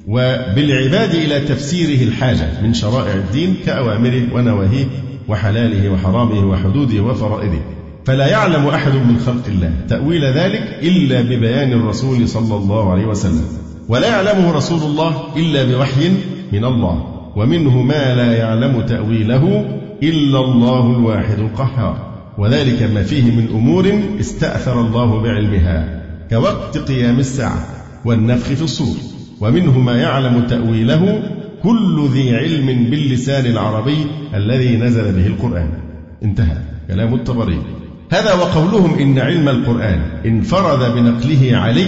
وبالعباد إلى تفسيره الحاجة من شرائع الدين كأوامره ونواهيه وحلاله وحرامه وحدوده وفرائضه. فلا يعلم أحد من خلق الله تأويل ذلك إلا ببيان الرسول صلى الله عليه وسلم، ولا يعلمه رسول الله إلا بوحي من الله، ومنه ما لا يعلم تأويله إلا الله الواحد القهار، وذلك ما فيه من أمور استأثر الله بعلمها كوقت قيام الساعة والنفخ في الصور. ومنه ما يعلم تأويله كل ذي علم باللسان العربي الذي نزل به القرآن. انتهى كلام الطبري. هذا وقولهم إن علم القرآن انفرد بنقله عليه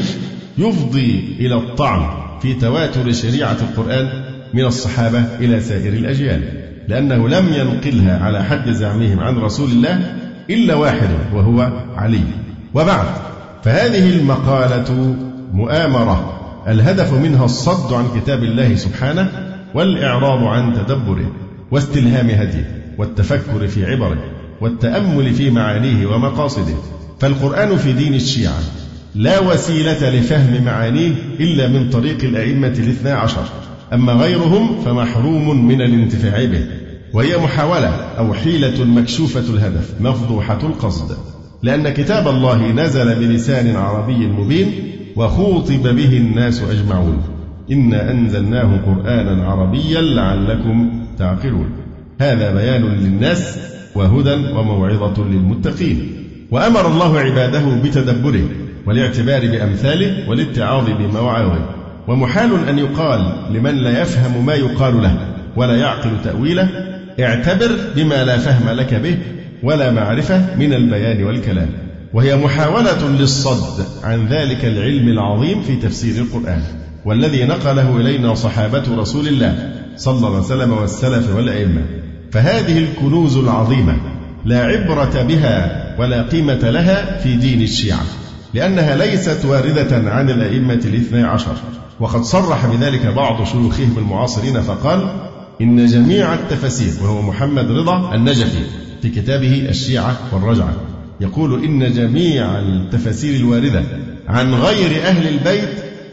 يفضي إلى الطعن في تواتر شريعة القرآن من الصحابة إلى سائر الأجيال، لأنه لم ينقلها على حد زعمهم عن رسول الله إلا واحد وهو علي. وبعد، فهذه المقالة مؤامرة الهدف منها الصد عن كتاب الله سبحانه والإعراض عن تدبره واستلهام هديه والتفكر في عبره والتأمل في معانيه ومقاصده. فالقرآن في دين الشيعة لا وسيلة لفهم معانيه إلا من طريق الأئمة الاثنى عشر، أما غيرهم فمحروم من الانتفاع به، وهي محاولة أو حيلة مكشوفة الهدف مفضوحة القصد، لأن كتاب الله نزل بلسان عربي مبين وخوطب به الناس أجمعون. إنا أنزلناه قرآنا عربيا لعلكم تعقلون. هذا بيان للناس وهدى وموعظة للمتقين. وأمر الله عباده بتدبره والاعتبار بأمثاله والاتعاظ بمواعظه. ومحال أن يقال لمن لا يفهم ما يقال له ولا يعقل تأويله: اعتبر بما لا فهم لك به ولا معرفة من البيان والكلام. وهي محاولة للصد عن ذلك العلم العظيم في تفسير القرآن، والذي نقله إلينا صحابة رسول الله صلى الله عليه وسلم والسلف والأئمة. فهذه الكنوز العظيمة لا عبرة بها ولا قيمة لها في دين الشيعة، لأنها ليست واردة عن الأئمة الاثنى عشر. وقد صرح بذلك بعض شيوخهم المعاصرين فقال: إن جميع التفاسير، وهو محمد رضا النجفي في كتابه الشيعة والرجعة، يقول إن جميع التفاسير الواردة عن غير أهل البيت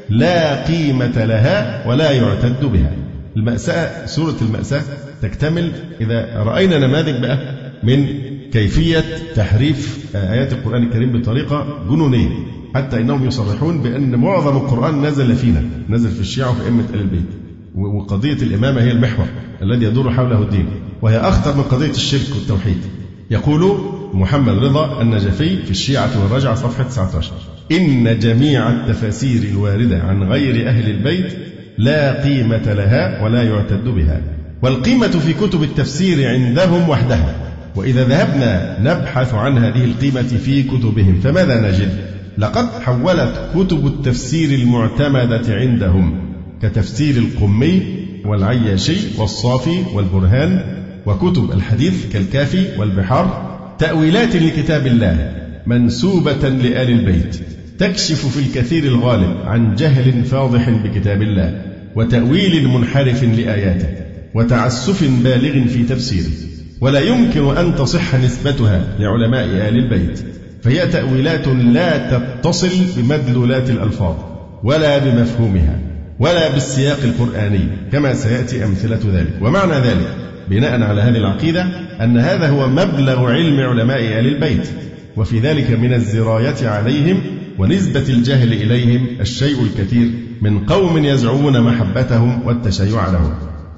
لا قيمة لها ولا يعتد بها. المأساة، سورة المأساة تكتمل إذا رأينا نماذج بقى من كيفية تحريف آيات القرآن الكريم بطريقة جنونية. حتى إنهم يصرحون بأن معظم القرآن نزل فينا، نزل في الشيعة وفي أئمة آل البيت، وقضية الإمامة هي المحور الذي يدور حوله الدين، وهي أخطر من قضية الشرك والتوحيد. يقول محمد رضا النجفي في الشيعة والرجعة صفحة 19: إن جميع التفاسير الواردة عن غير أهل البيت لا قيمة لها ولا يعتد بها، والقيمة في كتب التفسير عندهم وحدها، وإذا ذهبنا نبحث عن هذه القيمة في كتبهم فماذا نجد؟ لقد حولت كتب التفسير المعتمدة عندهم كتفسير القمي والعياشي والصافي والبرهان وكتب الحديث كالكافي والبحار تأويلات لكتاب الله منسوبة لآل البيت تكشف في الكثير الغالب عن جهل فاضح بكتاب الله وتأويل منحرف لآياته وتعسف بالغ في تفسيره، ولا يمكن أن تصح نسبتها لعلماء آل البيت، فهي تأويلات لا تتصل بمدلولات الألفاظ ولا بمفهومها ولا بالسياق القرآني كما سيأتي أمثلة ذلك. ومعنى ذلك بناء على هذه العقيدة أن هذا هو مبلغ علم علماء آل البيت، وفي ذلك من الزراية عليهم ونسبة الجهل إليهم الشيء الكثير من قوم يزعمون محبتهم والتشيع لهم.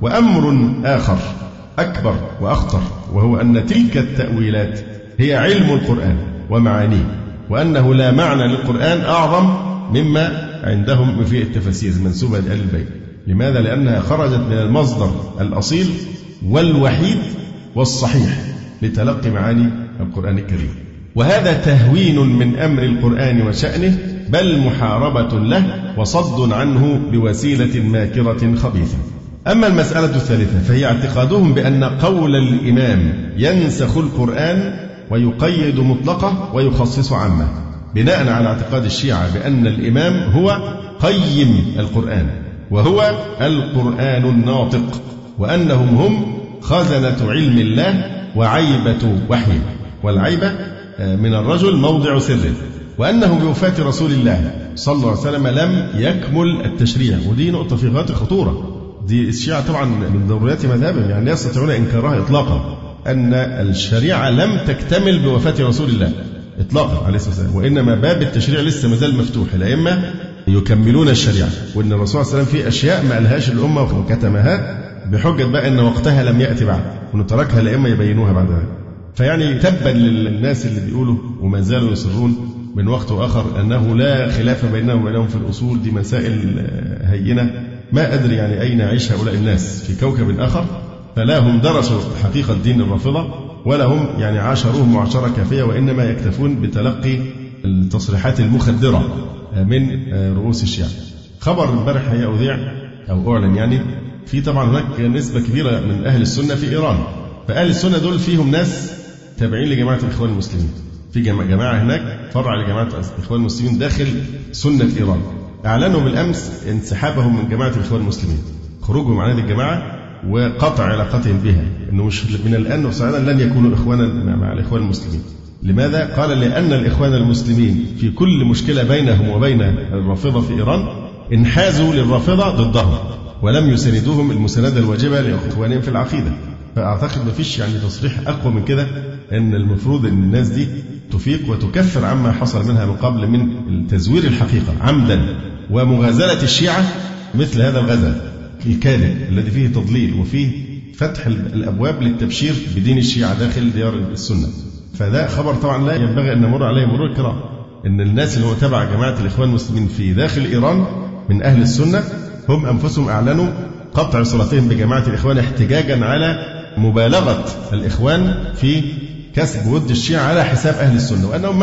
وأمر آخر أكبر وأخطر، وهو أن تلك التأويلات هي علم القرآن ومعانيه، وأنه لا معنى للقرآن أعظم مما عندهم في التفاسير المنسوبة لآل البيت. لماذا؟ لأنها خرجت من المصدر الأصيل والوحيد والصحيح لتلقي معاني القرآن الكريم، وهذا تهوين من أمر القرآن وشأنه، بل محاربة له وصد عنه بوسيلة ماكرة خبيثة. أما المسألة الثالثة فهي اعتقادهم بأن قول الإمام ينسخ القرآن ويقيد مطلقه ويخصص عامه، بناء على اعتقاد الشيعة بأن الإمام هو قيم القرآن وهو القرآن الناطق، وأنهم هم خزنة علم الله وعيبة وحيه، والعيبة من الرجل موضع سره، وأنه بوفاة رسول الله صلى الله عليه وسلم لم يكمل التشريع. ودي نقطة في غاية الخطورة، دي الشيعة طبعا من ضروريات مذهبهم، يعني لا يستطيعون إنكارها إطلاقا، أن الشريعة لم تكتمل بوفاة رسول الله إطلاقا عليه الصلاة والسلام، وإنما باب التشريع لسه مازال مفتوح، الأئمة يكملون الشريعة، وإن الرسول صلى الله عليه وسلم في أشياء ما قالهاش الأمة وكتمها بحجة بقى أن وقتها لم يأتي بعد، ونتركها الأئمة يبينوها بعد ذلك. فيعني تبا للناس اللي بيقولوا وما زالوا يصرون من وقت وآخر أنه لا خلاف بينهم وبينهم في الأصول، دي مسائل هينة، ما أدري يعني أين يعيش هؤلاء الناس، في كوكب آخر؟ فلا هم درسوا حقيقة دين الرافضة ولا هم يعني عاشروه معاشرة كافية، وإنما يكتفون بتلقي التصريحات المخدرة من رؤوس الشيعة. خبر امبارح هي أذيع أو أعلن، يعني في طبعا هناك نسبة كبيرة من أهل السنة في إيران، فأهل السنة دول فيهم ناس تابعين لجماعة الإخوان المسلمين، في جماعة هناك فرع لجماعة الإخوان المسلمين داخل سنة إيران، أعلنوا بالأمس انسحابهم من جماعة الإخوان المسلمين، خروجهم عن هذه الجماعة وقطع علاقتهم بها، أنه مش من الآن وصاعدا لن يكونوا إخوانا مع الإخوان المسلمين. لماذا؟ قال لأن الإخوان المسلمين في كل مشكلة بينهم وبين الرافضة في إيران انحازوا للرافضة ضدهم ولم يساندوهم المساندة الواجبة لإخوانهم في العقيدة. فأعتقد ما فيش يعني تصريح أقوى من كده، أن المفروض أن الناس دي تفيق وتكفر عما حصل منها من قبل من تزوير الحقيقة عمدا ومغازلة الشيعة مثل هذا الغزل الكاذب الذي فيه تضليل وفيه فتح الأبواب للتبشير بدين الشيعة داخل ديار السنة. فده خبر طبعا لا ينبغي أن نمر عليه مرور الكرام، أن الناس اللي هو تبع جماعة الإخوان المسلمين في داخل إيران من أهل السنة هم أنفسهم أعلنوا قطع صلاتهم بجماعة الإخوان احتجاجا على مبالغة الإخوان في كسب ود الشيعة على حساب أهل السنة، وأنهم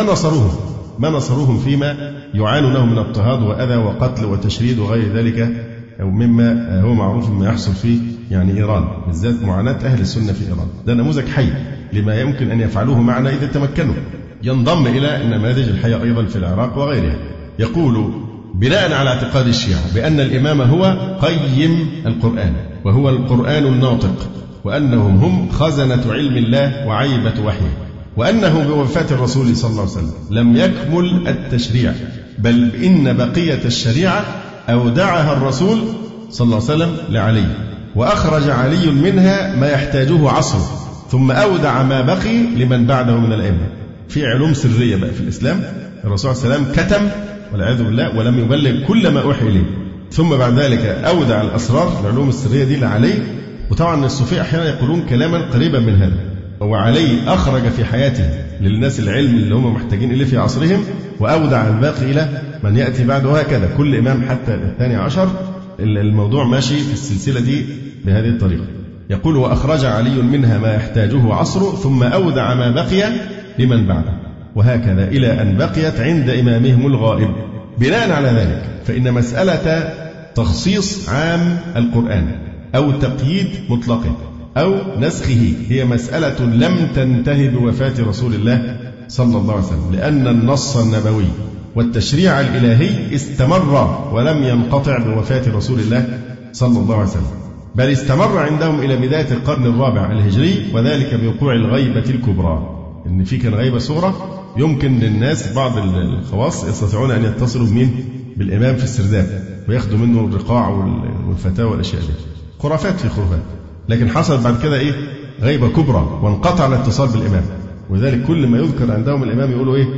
ما نصروهم فيما يعانونه من اضطهاد وأذى وقتل وتشريد وغير ذلك، أو مما هو معروف مما يحصل في يعني إيران، بالذات معاناة أهل السنة في إيران. ده نموذج حي لما يمكن أن يفعلوه معنا إذا تمكنوا، ينضم إلى النماذج الحية أيضا في العراق وغيرها. يقول بناء على اعتقاد الشيعة بأن الإمام هو قيم القرآن وهو القرآن الناطق، وأنهم هم خزنة علم الله وعيبة وحيه، وأنه بوفاة الرسول صلى الله عليه وسلم لم يكمل التشريع، بل إن بقية الشريعة أودعها الرسول صلى الله عليه وسلم لعلي، وأخرج علي منها ما يحتاجه عصره، ثم أودع ما بقي لمن بعده من الأئمة. في علوم سرية بقى في الإسلام الرسول صلى الله عليه وسلم كتم والعياذ بالله ولم يبلغ كل ما أوحي إليه، ثم بعد ذلك أودع الأسرار العلوم السرية دي لعلي. وطبعا الصوفية أحيانا يقولون كلاما قريبا من هذا. وعلي أخرج في حياته للناس العلم اللي هم محتاجين إليه في عصرهم، وأودع الباقي إلى من يأتي بعده، وهكذا كل إمام حتى الثاني عشر. الموضوع ماشي في السلسلة دي بهذه الطريقة. يقول: وأخرج علي منها ما يحتاجه عصره، ثم أودع ما بقي لمن بعده، وهكذا إلى أن بقيت عند إمامهم الغائب. بناء على ذلك فإن مسألة تخصيص عام القرآن أو تقييد مطلقه أو نسخه هي مسألة لم تنتهي بوفاة رسول الله صلى الله عليه وسلم، لأن النص النبوي والتشريع الإلهي استمر ولم ينقطع بوفاة رسول الله صلى الله عليه وسلم، بل استمر عندهم إلى بداية القرن الرابع الهجري، وذلك بوقوع الغيبة الكبرى. إن في كان غيبة صغرى يمكن للناس بعض الخواص يستطيعون أن يتصلوا بمين؟ بالإمام في السرداب وياخدوا منه الرقاع والفتاوى والأشياء دي. خرافات في خرافات. لكن حصل بعد كده إيه؟ غيبة كبرى وانقطع الاتصال بالإمام، ولذلك كل ما يذكر عندهم الإمام يقولوا إيه؟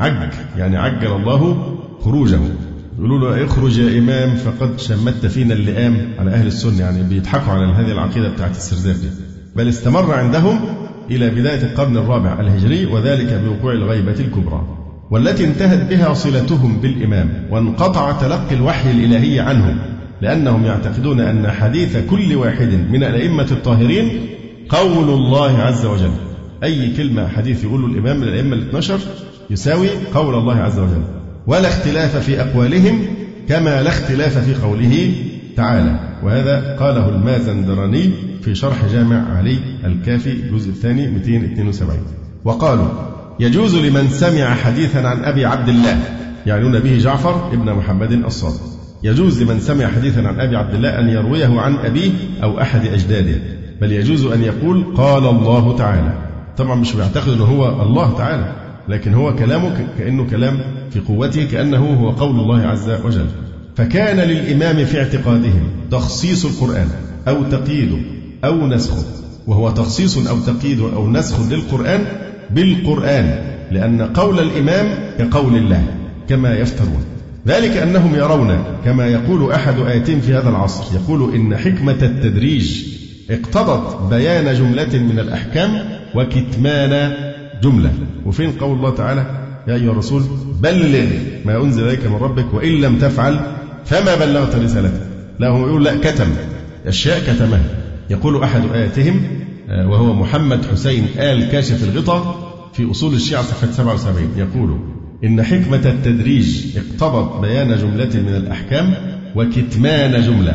يعني عجل الله خروجه. يقولوا له: اخرج يا إمام فقد شمت فينا اللئام على أهل السنة، يعني بيضحكوا على هذه العقيدة بتاعت السرداب دي. بل استمر عندهم إلى بداية القرن الرابع الهجري، وذلك بوقوع الغيبة الكبرى، والتي انتهت بها صلتهم بالإمام، وانقطع تلقي الوحي الإلهي عنهم، لأنهم يعتقدون أن حديث كل واحد من الأئمة الطاهرين قول الله عز وجل. أي كلمة حديث يقوله الإمام من الأئمة 12 يساوي قول الله عز وجل، ولا اختلاف في أقوالهم كما لا اختلاف في قوله تعالى. وهذا قاله المازندراني في شرح جامع علي الكافي الجزء الثاني 272. وقالوا: يجوز لمن سمع حديثا عن أبي عبد الله، يعنون به جعفر ابن محمد الصادق، يجوز لمن سمع حديثا عن أبي عبد الله أن يرويه عن أبيه أو أحد أجداده، بل يجوز أن يقول قال الله تعالى. طبعا مش بيعتقد أنه هو الله تعالى، لكن هو كلامه كأنه كلام في قوته، كأنه هو قول الله عز وجل. فكان للإمام في اعتقادهم تخصيص القرآن أو تقييده أو نسخه، وهو تخصيص أو تقييد أو نسخ للقرآن بالقرآن، لأن قول الإمام كقول الله كما يفترون. ذلك أنهم يرون كما يقول أحد آياتهم في هذا العصر، يقول: إن حكمة التدريج اقتضت بيان جملة من الأحكام وكتمان جملة. وفين قول الله تعالى: يا أيها الرسول بلغ ما أنزل إليك من ربك وإن لم تفعل فما بلغت رسالته. لا، هو يقول لا، كتم أشياء كتمها. يقول أحد آياتهم وهو محمد حسين آل كاشف الغطاء في أصول الشيعة صفحة 77، يقول: إن حكمة التدريج اقتضت بيان جملة من الأحكام وكتمان جملة،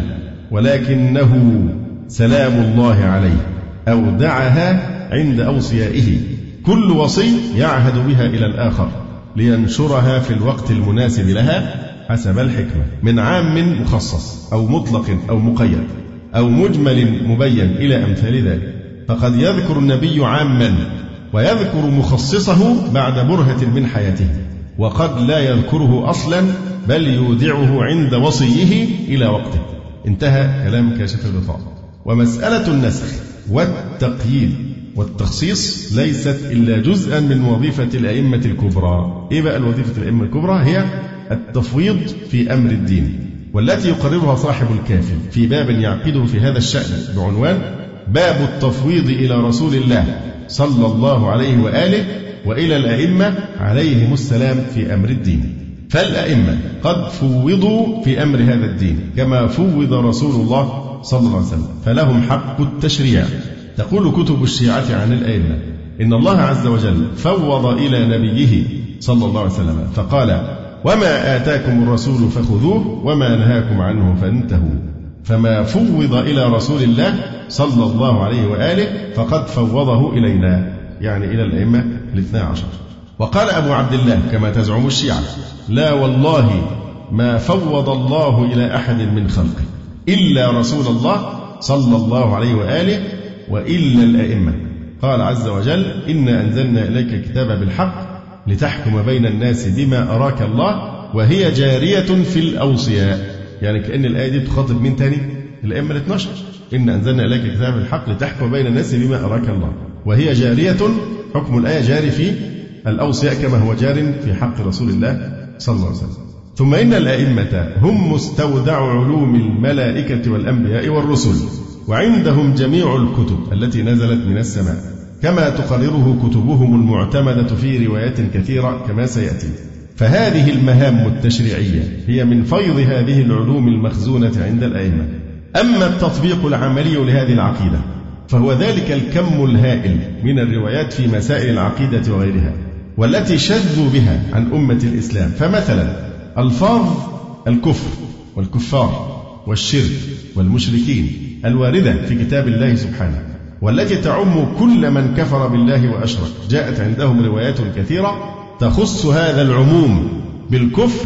ولكنه سلام الله عليه أودعها عند أوصيائه، كل وصي يعهد بها إلى الآخر لينشرها في الوقت المناسب لها حسب الحكمة، من عام مخصص أو مطلق أو مقيد أو مجمل مبين إلى أمثال ذلك. فقد يذكر النبي عاما ويذكر مخصصه بعد برهة من حياته، وقد لا يذكره أصلا بل يودعه عند وصيه إلى وقته. انتهى كلام كاشف الغطاء. ومسألة النسخ والتقييد والتخصيص ليست إلا جزءا من وظيفة الأئمة الكبرى. إيه بقى الوظيفة الأئمة الكبرى؟ هي التفويض في أمر الدين، والتي يقررها صاحب الكافي في باب يعقده في هذا الشأن بعنوان باب التفويض إلى رسول الله صلى الله عليه وآله وإلى الأئمة عليهم السلام في أمر الدين. فالأئمة قد فوضوا في أمر هذا الدين كما فوض رسول الله صلى الله عليه وسلم، فلهم حق التشريع. تقول كتب الشيعة عن الأئمة إن الله عز وجل فوض إلى نبيه صلى الله عليه وسلم فقال: وما آتاكم الرسول فخذوه وما نهاكم عنه فانتهوا. فما فوض إلى رسول الله صلى الله عليه وآله فقد فوضه إلينا، يعني إلى الأئمة 12. وقال أبو عبد الله كما تزعم الشيعة: لا والله ما فوض الله إلى أحد من خلقه إلا رسول الله صلى الله عليه وآله وإلا الأئمة. قال عز وجل: إنا أنزلنا إليك الكتاب بالحق لتحكم بين الناس بما أراك الله وهي جارية في الأوصياء. يعني كأن الآية دي تخاطب مين تاني؟ الأئمة 12. إنا أنزلنا إليك الكتاب بالحق لتحكم بين الناس بما أراك الله، وهي جارية، حكم الآية جاري في الأوصياء كما هو جار في حق رسول الله صلى الله عليه وسلم. ثم إن الأئمة هم مستودع علوم الملائكة والأنبياء والرسل، وعندهم جميع الكتب التي نزلت من السماء، كما تقرره كتبهم المعتمدة في روايات كثيرة كما سيأتي. فهذه المهام التشريعية هي من فيض هذه العلوم المخزونة عند الأئمة. أما التطبيق العملي لهذه العقيدة فهو ذلك الكم الهائل من الروايات في مسائل العقيدة وغيرها، والتي شذوا بها عن أمة الإسلام. فمثلا ألفاظ الكفر والكفار والشرك والمشركين الواردة في كتاب الله سبحانه، والتي تعم كل من كفر بالله وأشرك، جاءت عندهم روايات كثيرة تخص هذا العموم بالكفر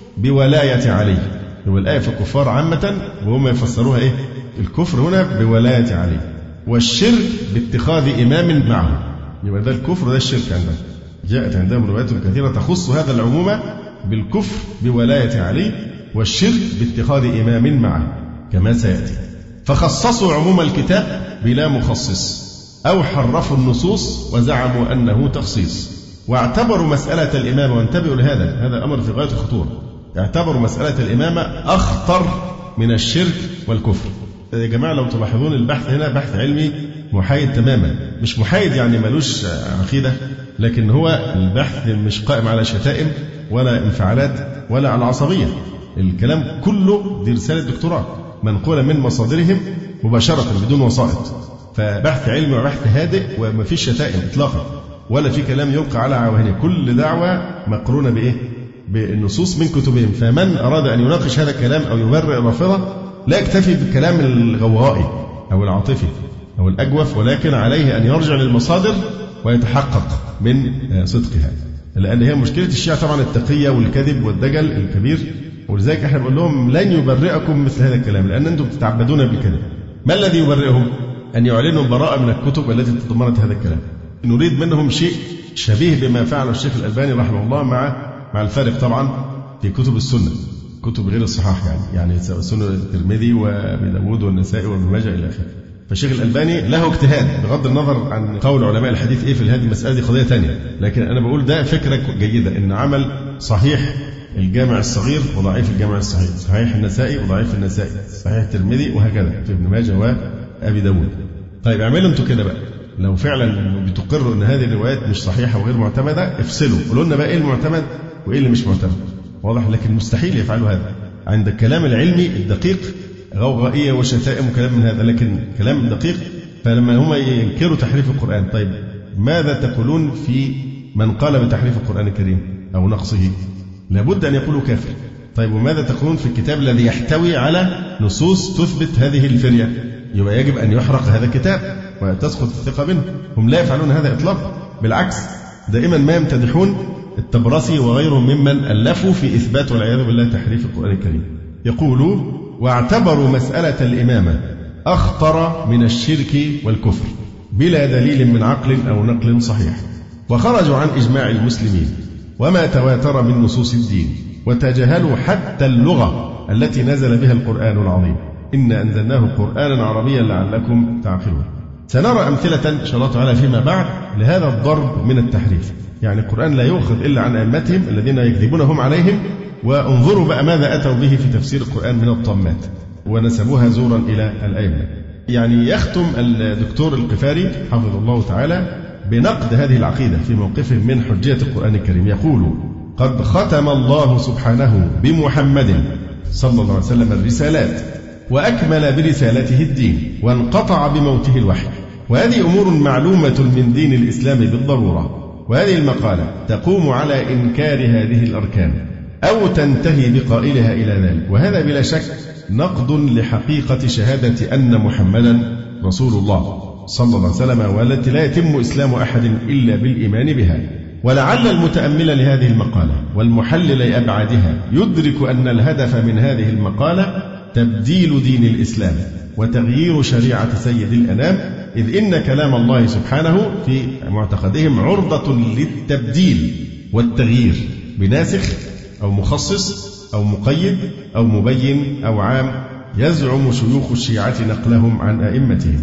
بولاية علي. والآية في الكفار عامة وهم يفسروها إيه؟ الكفر هنا بولاية علي، والشرك باتخاذ إمام معه. يبقى ده الكفر ده الشرك عندهم. جاءت عندهم روايات كثيرة تخص هذا العموم بالكفر بولاية علي، والشرك باتخاذ إمام معه كما سيأتي. فخصصوا عموم الكتاب بلا مخصص، أو حرفوا النصوص وزعموا أنه تخصيص، واعتبروا مسألة الإمامة، وانتبهوا لهذا، هذا أمر في غاية الخطورة، اعتبروا مسألة الإمامة أخطر من الشرك والكفر. يا جماعة لو تلاحظون البحث هنا بحث علمي محايد تماما، مش محايد يعني ملوش عقيدة، لكن هو البحث مش قائم على شتائم ولا انفعالات ولا على عصبية. الكلام كله دي رسالة دكتوراه منقولة من مصادرهم مباشرة بدون وسائط. فبحث علمي وبحث هادئ وما فيش شتائم إطلاقا، ولا في كلام يلقى على عواهنه، كل دعوة مقرونة بإيه؟ بالنصوص من كتبهم. فمن أراد أن يناقش هذا الكلام أو يبرئ الرافضة لا يكتفي بالكلام الغوغائي أو العاطفي أو الأجوف، ولكن عليه أن يرجع للمصادر ويتحقق من صدقها، لأن هي مشكلة الشيعة طبعا التقية والكذب والدجل الكبير. ولذلك احنا بنقول لهم لن يبرئكم مثل هذا الكلام، لأن أنتم تتعبدون بالكذب. ما الذي يبرئهم؟ أن يعلنوا براءة من الكتب التي تضمنت هذا الكلام. نريد منهم شيء شبيه بما فعل الشيخ الألباني رحمه الله مع الفارق طبعا في كتب السنة، كتب غير الصحاح، يعني سنة الترمذي وابي داود والنسائي وابن ماجه إلى آخره. فالشيخ الألباني له اجتهاد بغض النظر عن قول علماء الحديث إيه في هذه المسألة، دي قضية ثانية، لكن أنا بقول ده فكرة جيدة إن عمل صحيح الجامع الصغير وضعيف الجامع الصحيح، صحيح النسائي وضعيف النسائي، صحيح الترمذي، وهكذا في ابن ماجه وابي داود. طيب اعملوا انتوا كده بقى، لو فعلا بتقروا ان هذه الروايات مش صحيحه وغير معتمده، افصلوا قولوا لنا بقى ايه المعتمد وايه اللي مش معتمد، واضح؟ لكن مستحيل يفعلوا هذا عند الكلام العلمي الدقيق، غوغائيه وشتائم وكلام من هذا، لكن كلام دقيق. فلما هم ينكروا تحريف القرآن، طيب ماذا تقولون في من قال بتحريف القرآن الكريم أو نقصه؟ لابد أن يقولوا كافر. طيب وماذا تقولون في الكتاب الذي يحتوي على نصوص تثبت هذه الفرية؟ يبقى يجب أن يحرق هذا الكتاب وتسقط الثقة منه. هم لا يفعلون هذا إطلاقا، بالعكس دائما ما يمتدحون الطبرسي وغيرهم ممن ألفوا في إثبات والعياذ بالله تحريف القرآن الكريم. يقولوا واعتبروا مسألة الإمامة أخطر من الشرك والكفر بلا دليل من عقل أو نقل صحيح، وخرجوا عن إجماع المسلمين وما تواتر من نصوص الدين، وتجاهلوا حتى اللغة التي نزل بها القرآن العظيم. إنا أنزلناه قرآنا عربيا لعلكم تعقلون. سنرى أمثلة إن شاء الله تعالى فيما بعد لهذا الضرب من التحريف. يعني القرآن لا يؤخذ إلا عن أئمتهم الذين يكذبونهم عليهم، وانظروا بقى ماذا أتوا به في تفسير القرآن من الطمات ونسبوها زورا إلى الأئمة. يعني يختم الدكتور القفاري حفظه الله تعالى بنقد هذه العقيدة في موقفه من حجية القرآن الكريم. يقول: قد ختم الله سبحانه بمحمد صلى الله عليه وسلم الرسالات، وأكمل برسالته الدين، وانقطع بموته الوحي، وهذه أمور معلومة من دين الإسلام بالضرورة. وهذه المقالة تقوم على إنكار هذه الأركان أو تنتهي بقائلها إلى ذلك، وهذا بلا شك نقد لحقيقة شهادة أن محمدا رسول الله صلى الله عليه وسلم، والتي لا يتم إسلام أحد إلا بالإيمان بها. ولعل المتأمل لهذه المقالة والمحلل لأبعادها يدرك أن الهدف من هذه المقالة تبديل دين الإسلام وتغيير شريعة سيد الأنام، إذ إن كلام الله سبحانه في معتقدهم عرضة للتبديل والتغيير بناسخ أو مخصص أو مقيد أو مبين أو عام، يزعم شيوخ الشيعة نقلهم عن أئمتهم.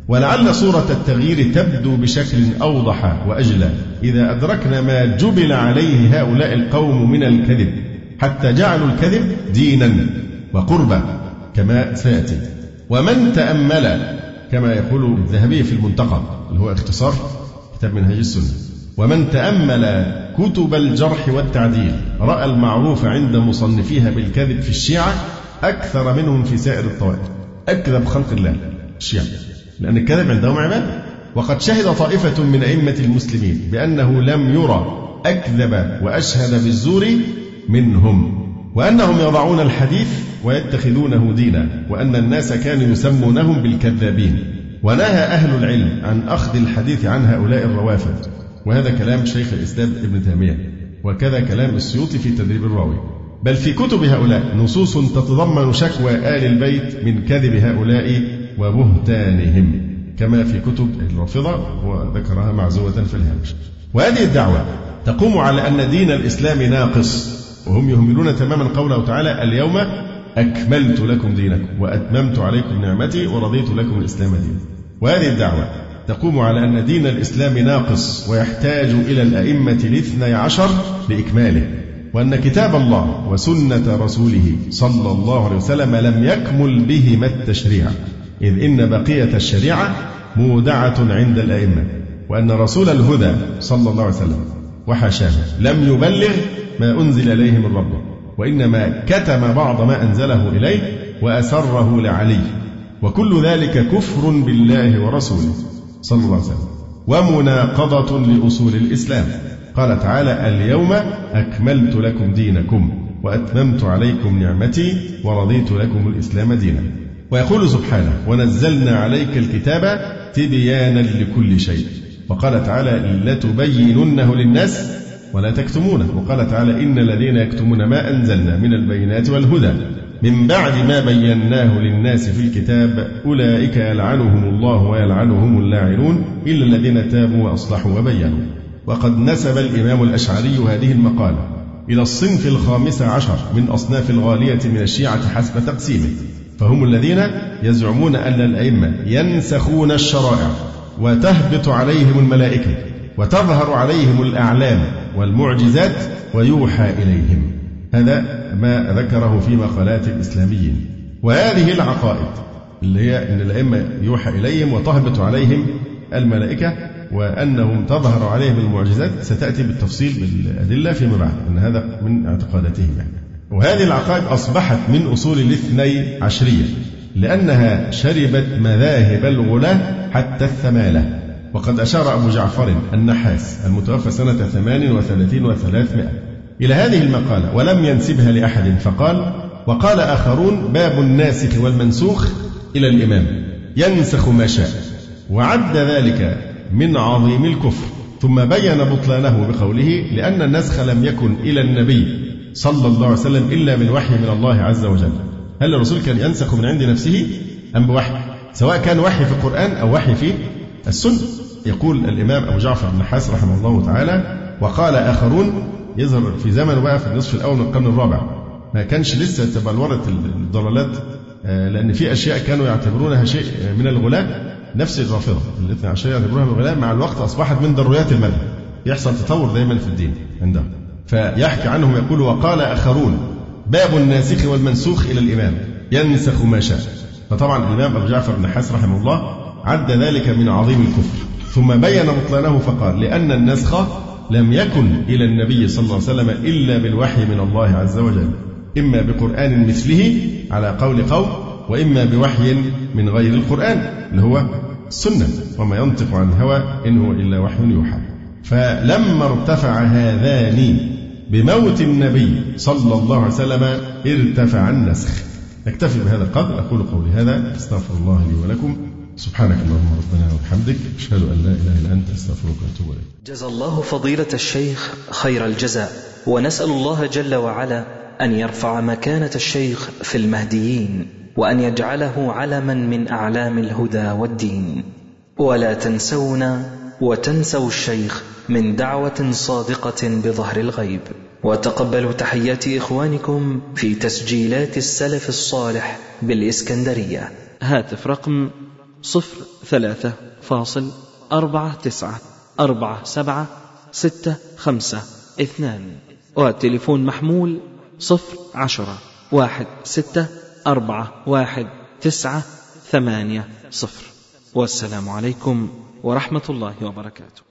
ولعل صورة التغيير تبدو بشكل أوضح وأجلى إذا أدركنا ما جبل عليه هؤلاء القوم من الكذب، حتى جعلوا الكذب دينا وقربة كما سيأتي. ومن تأمل، كما يقول الذهبي في المنتقى اللي هو اختصار كتاب منهاج السنة، ومن تأمل كتب الجرح والتعديل رأى المعروف عند مصنفيها بالكذب في الشيعة أكثر منهم في سائر الطوائف. أكذب خلق الله الشيعة، لأن الكذب عندهم عبادة. وقد شهد طائفة من أئمة المسلمين بأنه لم يرى أكذب وأشهد بالزور منهم، وأنهم يضعون الحديث ويتخذونه دينا، وأن الناس كانوا يسمونهم بالكذابين. ونهى أهل العلم عن أخذ الحديث عن هؤلاء الروافض، وهذا كلام شيخ الإسلام ابن تيمية، وكذا كلام السيوطي في تدريب الراوي. بل في كتب هؤلاء نصوص تتضمن شكوى آل البيت من كذب هؤلاء وبهتانهم، كما في كتب الرافضة وذكرها معزوة في الهامش. وهذه الدعوة تقوم على أن دين الإسلام ناقص، وهم يهملون تماما قوله تعالى: اليوم أكملت لكم دينكم وأتممت عليكم نعمتي ورضيت لكم الإسلام دينا. وهذه الدعوة تقوم على أن دين الإسلام ناقص ويحتاج إلى الأئمة 12 لإكماله، وأن كتاب الله وسنة رسوله صلى الله عليه وسلم لم يكمل بهما التشريع، إذ إن بقية الشريعة مودعة عند الأئمة، وأن رسول الهدى صلى الله عليه وسلم وحاشاه لم يبلغ ما أنزل إليه من ربه، وإنما كتم بعض ما أنزله إليه وأسره لعلي، وكل ذلك كفر بالله ورسوله صلى الله عليه وسلم ومناقضة لأصول الإسلام. قال تعالى: اليوم أكملت لكم دينكم وأتممت عليكم نعمتي ورضيت لكم الإسلام دينا. ويقول سبحانه: ونزلنا عليك الكتاب تبيانا لكل شيء. وقال تعالى: لتبيننه للناس ولا تكتمونه. وقال تعالى: إن الذين يكتمون ما أنزلنا من البينات والهدى من بعد ما بيناه للناس في الكتاب أولئك يلعنهم الله ويلعنهم اللاعنون إلا الذين تابوا وأصلحوا وبينوا. وقد نسب الإمام الأشعري هذه المقالة إلى الصنف 15 من أصناف الغالية من الشيعة حسب تقسيمه، فهم الذين يزعمون أن الأئمة ينسخون الشرائع وتهبط عليهم الملائكة وتظهر عليهم الأعلام والمعجزات ويوحى إليهم. هذا ما ذكره في مقالات الإسلاميين. وهذه العقائد اللي هي أن الأئمة يوحى إليهم وتهبط عليهم الملائكة وأنهم تظهر عليهم المعجزات ستأتي بالتفصيل بالأدلة فيما بعد، أن هذا من اعتقاداتهم يعني. وهذه العقائد أصبحت من أصول الاثني عشرية، لأنها شربت مذاهب الغلاة حتى الثمالة. وقد أشار أبو جعفر النحاس المتوفى سنة 38 و300 إلى هذه المقالة ولم ينسبها لأحد، فقال: وقال آخرون: باب الناسخ والمنسوخ إلى الإمام ينسخ ما شاء، وعد ذلك من عظيم الكفر، ثم بين بطلانه بقوله: لأن النسخ لم يكن إلى النبي صلى الله عليه وسلم إلا بالوحي من الله عز وجل. هل الرسول كان ينسخ من عند نفسه أم بوحي؟ سواء كان وحي في القرآن أو وحي في السنة. يقول الإمام أبو جعفر النحاس رحمه الله تعالى: وقال آخرون، يظهر في زمنه بقى في النصف الأول من القرن الرابع، ما كانش لسه تبلورت الضلالات، لأن في أشياء كانوا يعتبرونها شيء من الغلاة، نفس الرافضة الاثنى عشرية يعتبرونها من الغلاة، مع الوقت أصبحت من ضروريات المذهب، يحصل تطور دائما في الدين عندهم. فيحكي عنهم يقول: وقال آخرون: باب الناسخ والمنسوخ إلى الإمام ينسخ ما شاء. فطبعا الإمام أبو جعفر النحاس رحمه الله عد ذلك من عظيم الكفر، ثم بين بطلانه فقال: لأن النسخ لم يكن إلى النبي صلى الله عليه وسلم إلا بالوحي من الله عز وجل، إما بقرآن مثله على قول قوم، وإما بوحي من غير القرآن اللي هو السنة، وما ينطق عن هوى إن هو إلا وحي يوحى. فلما ارتفع هذان بموت النبي صلى الله عليه وسلم ارتفع النسخ. نكتفي بهذا القدر. أقول قولي هذا، استغفر الله لي ولكم. سبحانك اللهم ربنا وبحمدك، أشهد أن لا إله إلا أنت، أستغفرك وأتوب إليك. جزا الله فضيلة الشيخ خير الجزاء، ونسأل الله جل وعلا أن يرفع مكانة الشيخ في المهديين، وأن يجعله علما من أعلام الهدى والدين. ولا تنسونا وتنسوا الشيخ من دعوة صادقة بظهر الغيب. وتقبلوا تحيات إخوانكم في تسجيلات السلف الصالح بالإسكندرية. هاتف رقم 03-494765، والتليفون محمول 010-16411980. والسلام عليكم ورحمة الله وبركاته.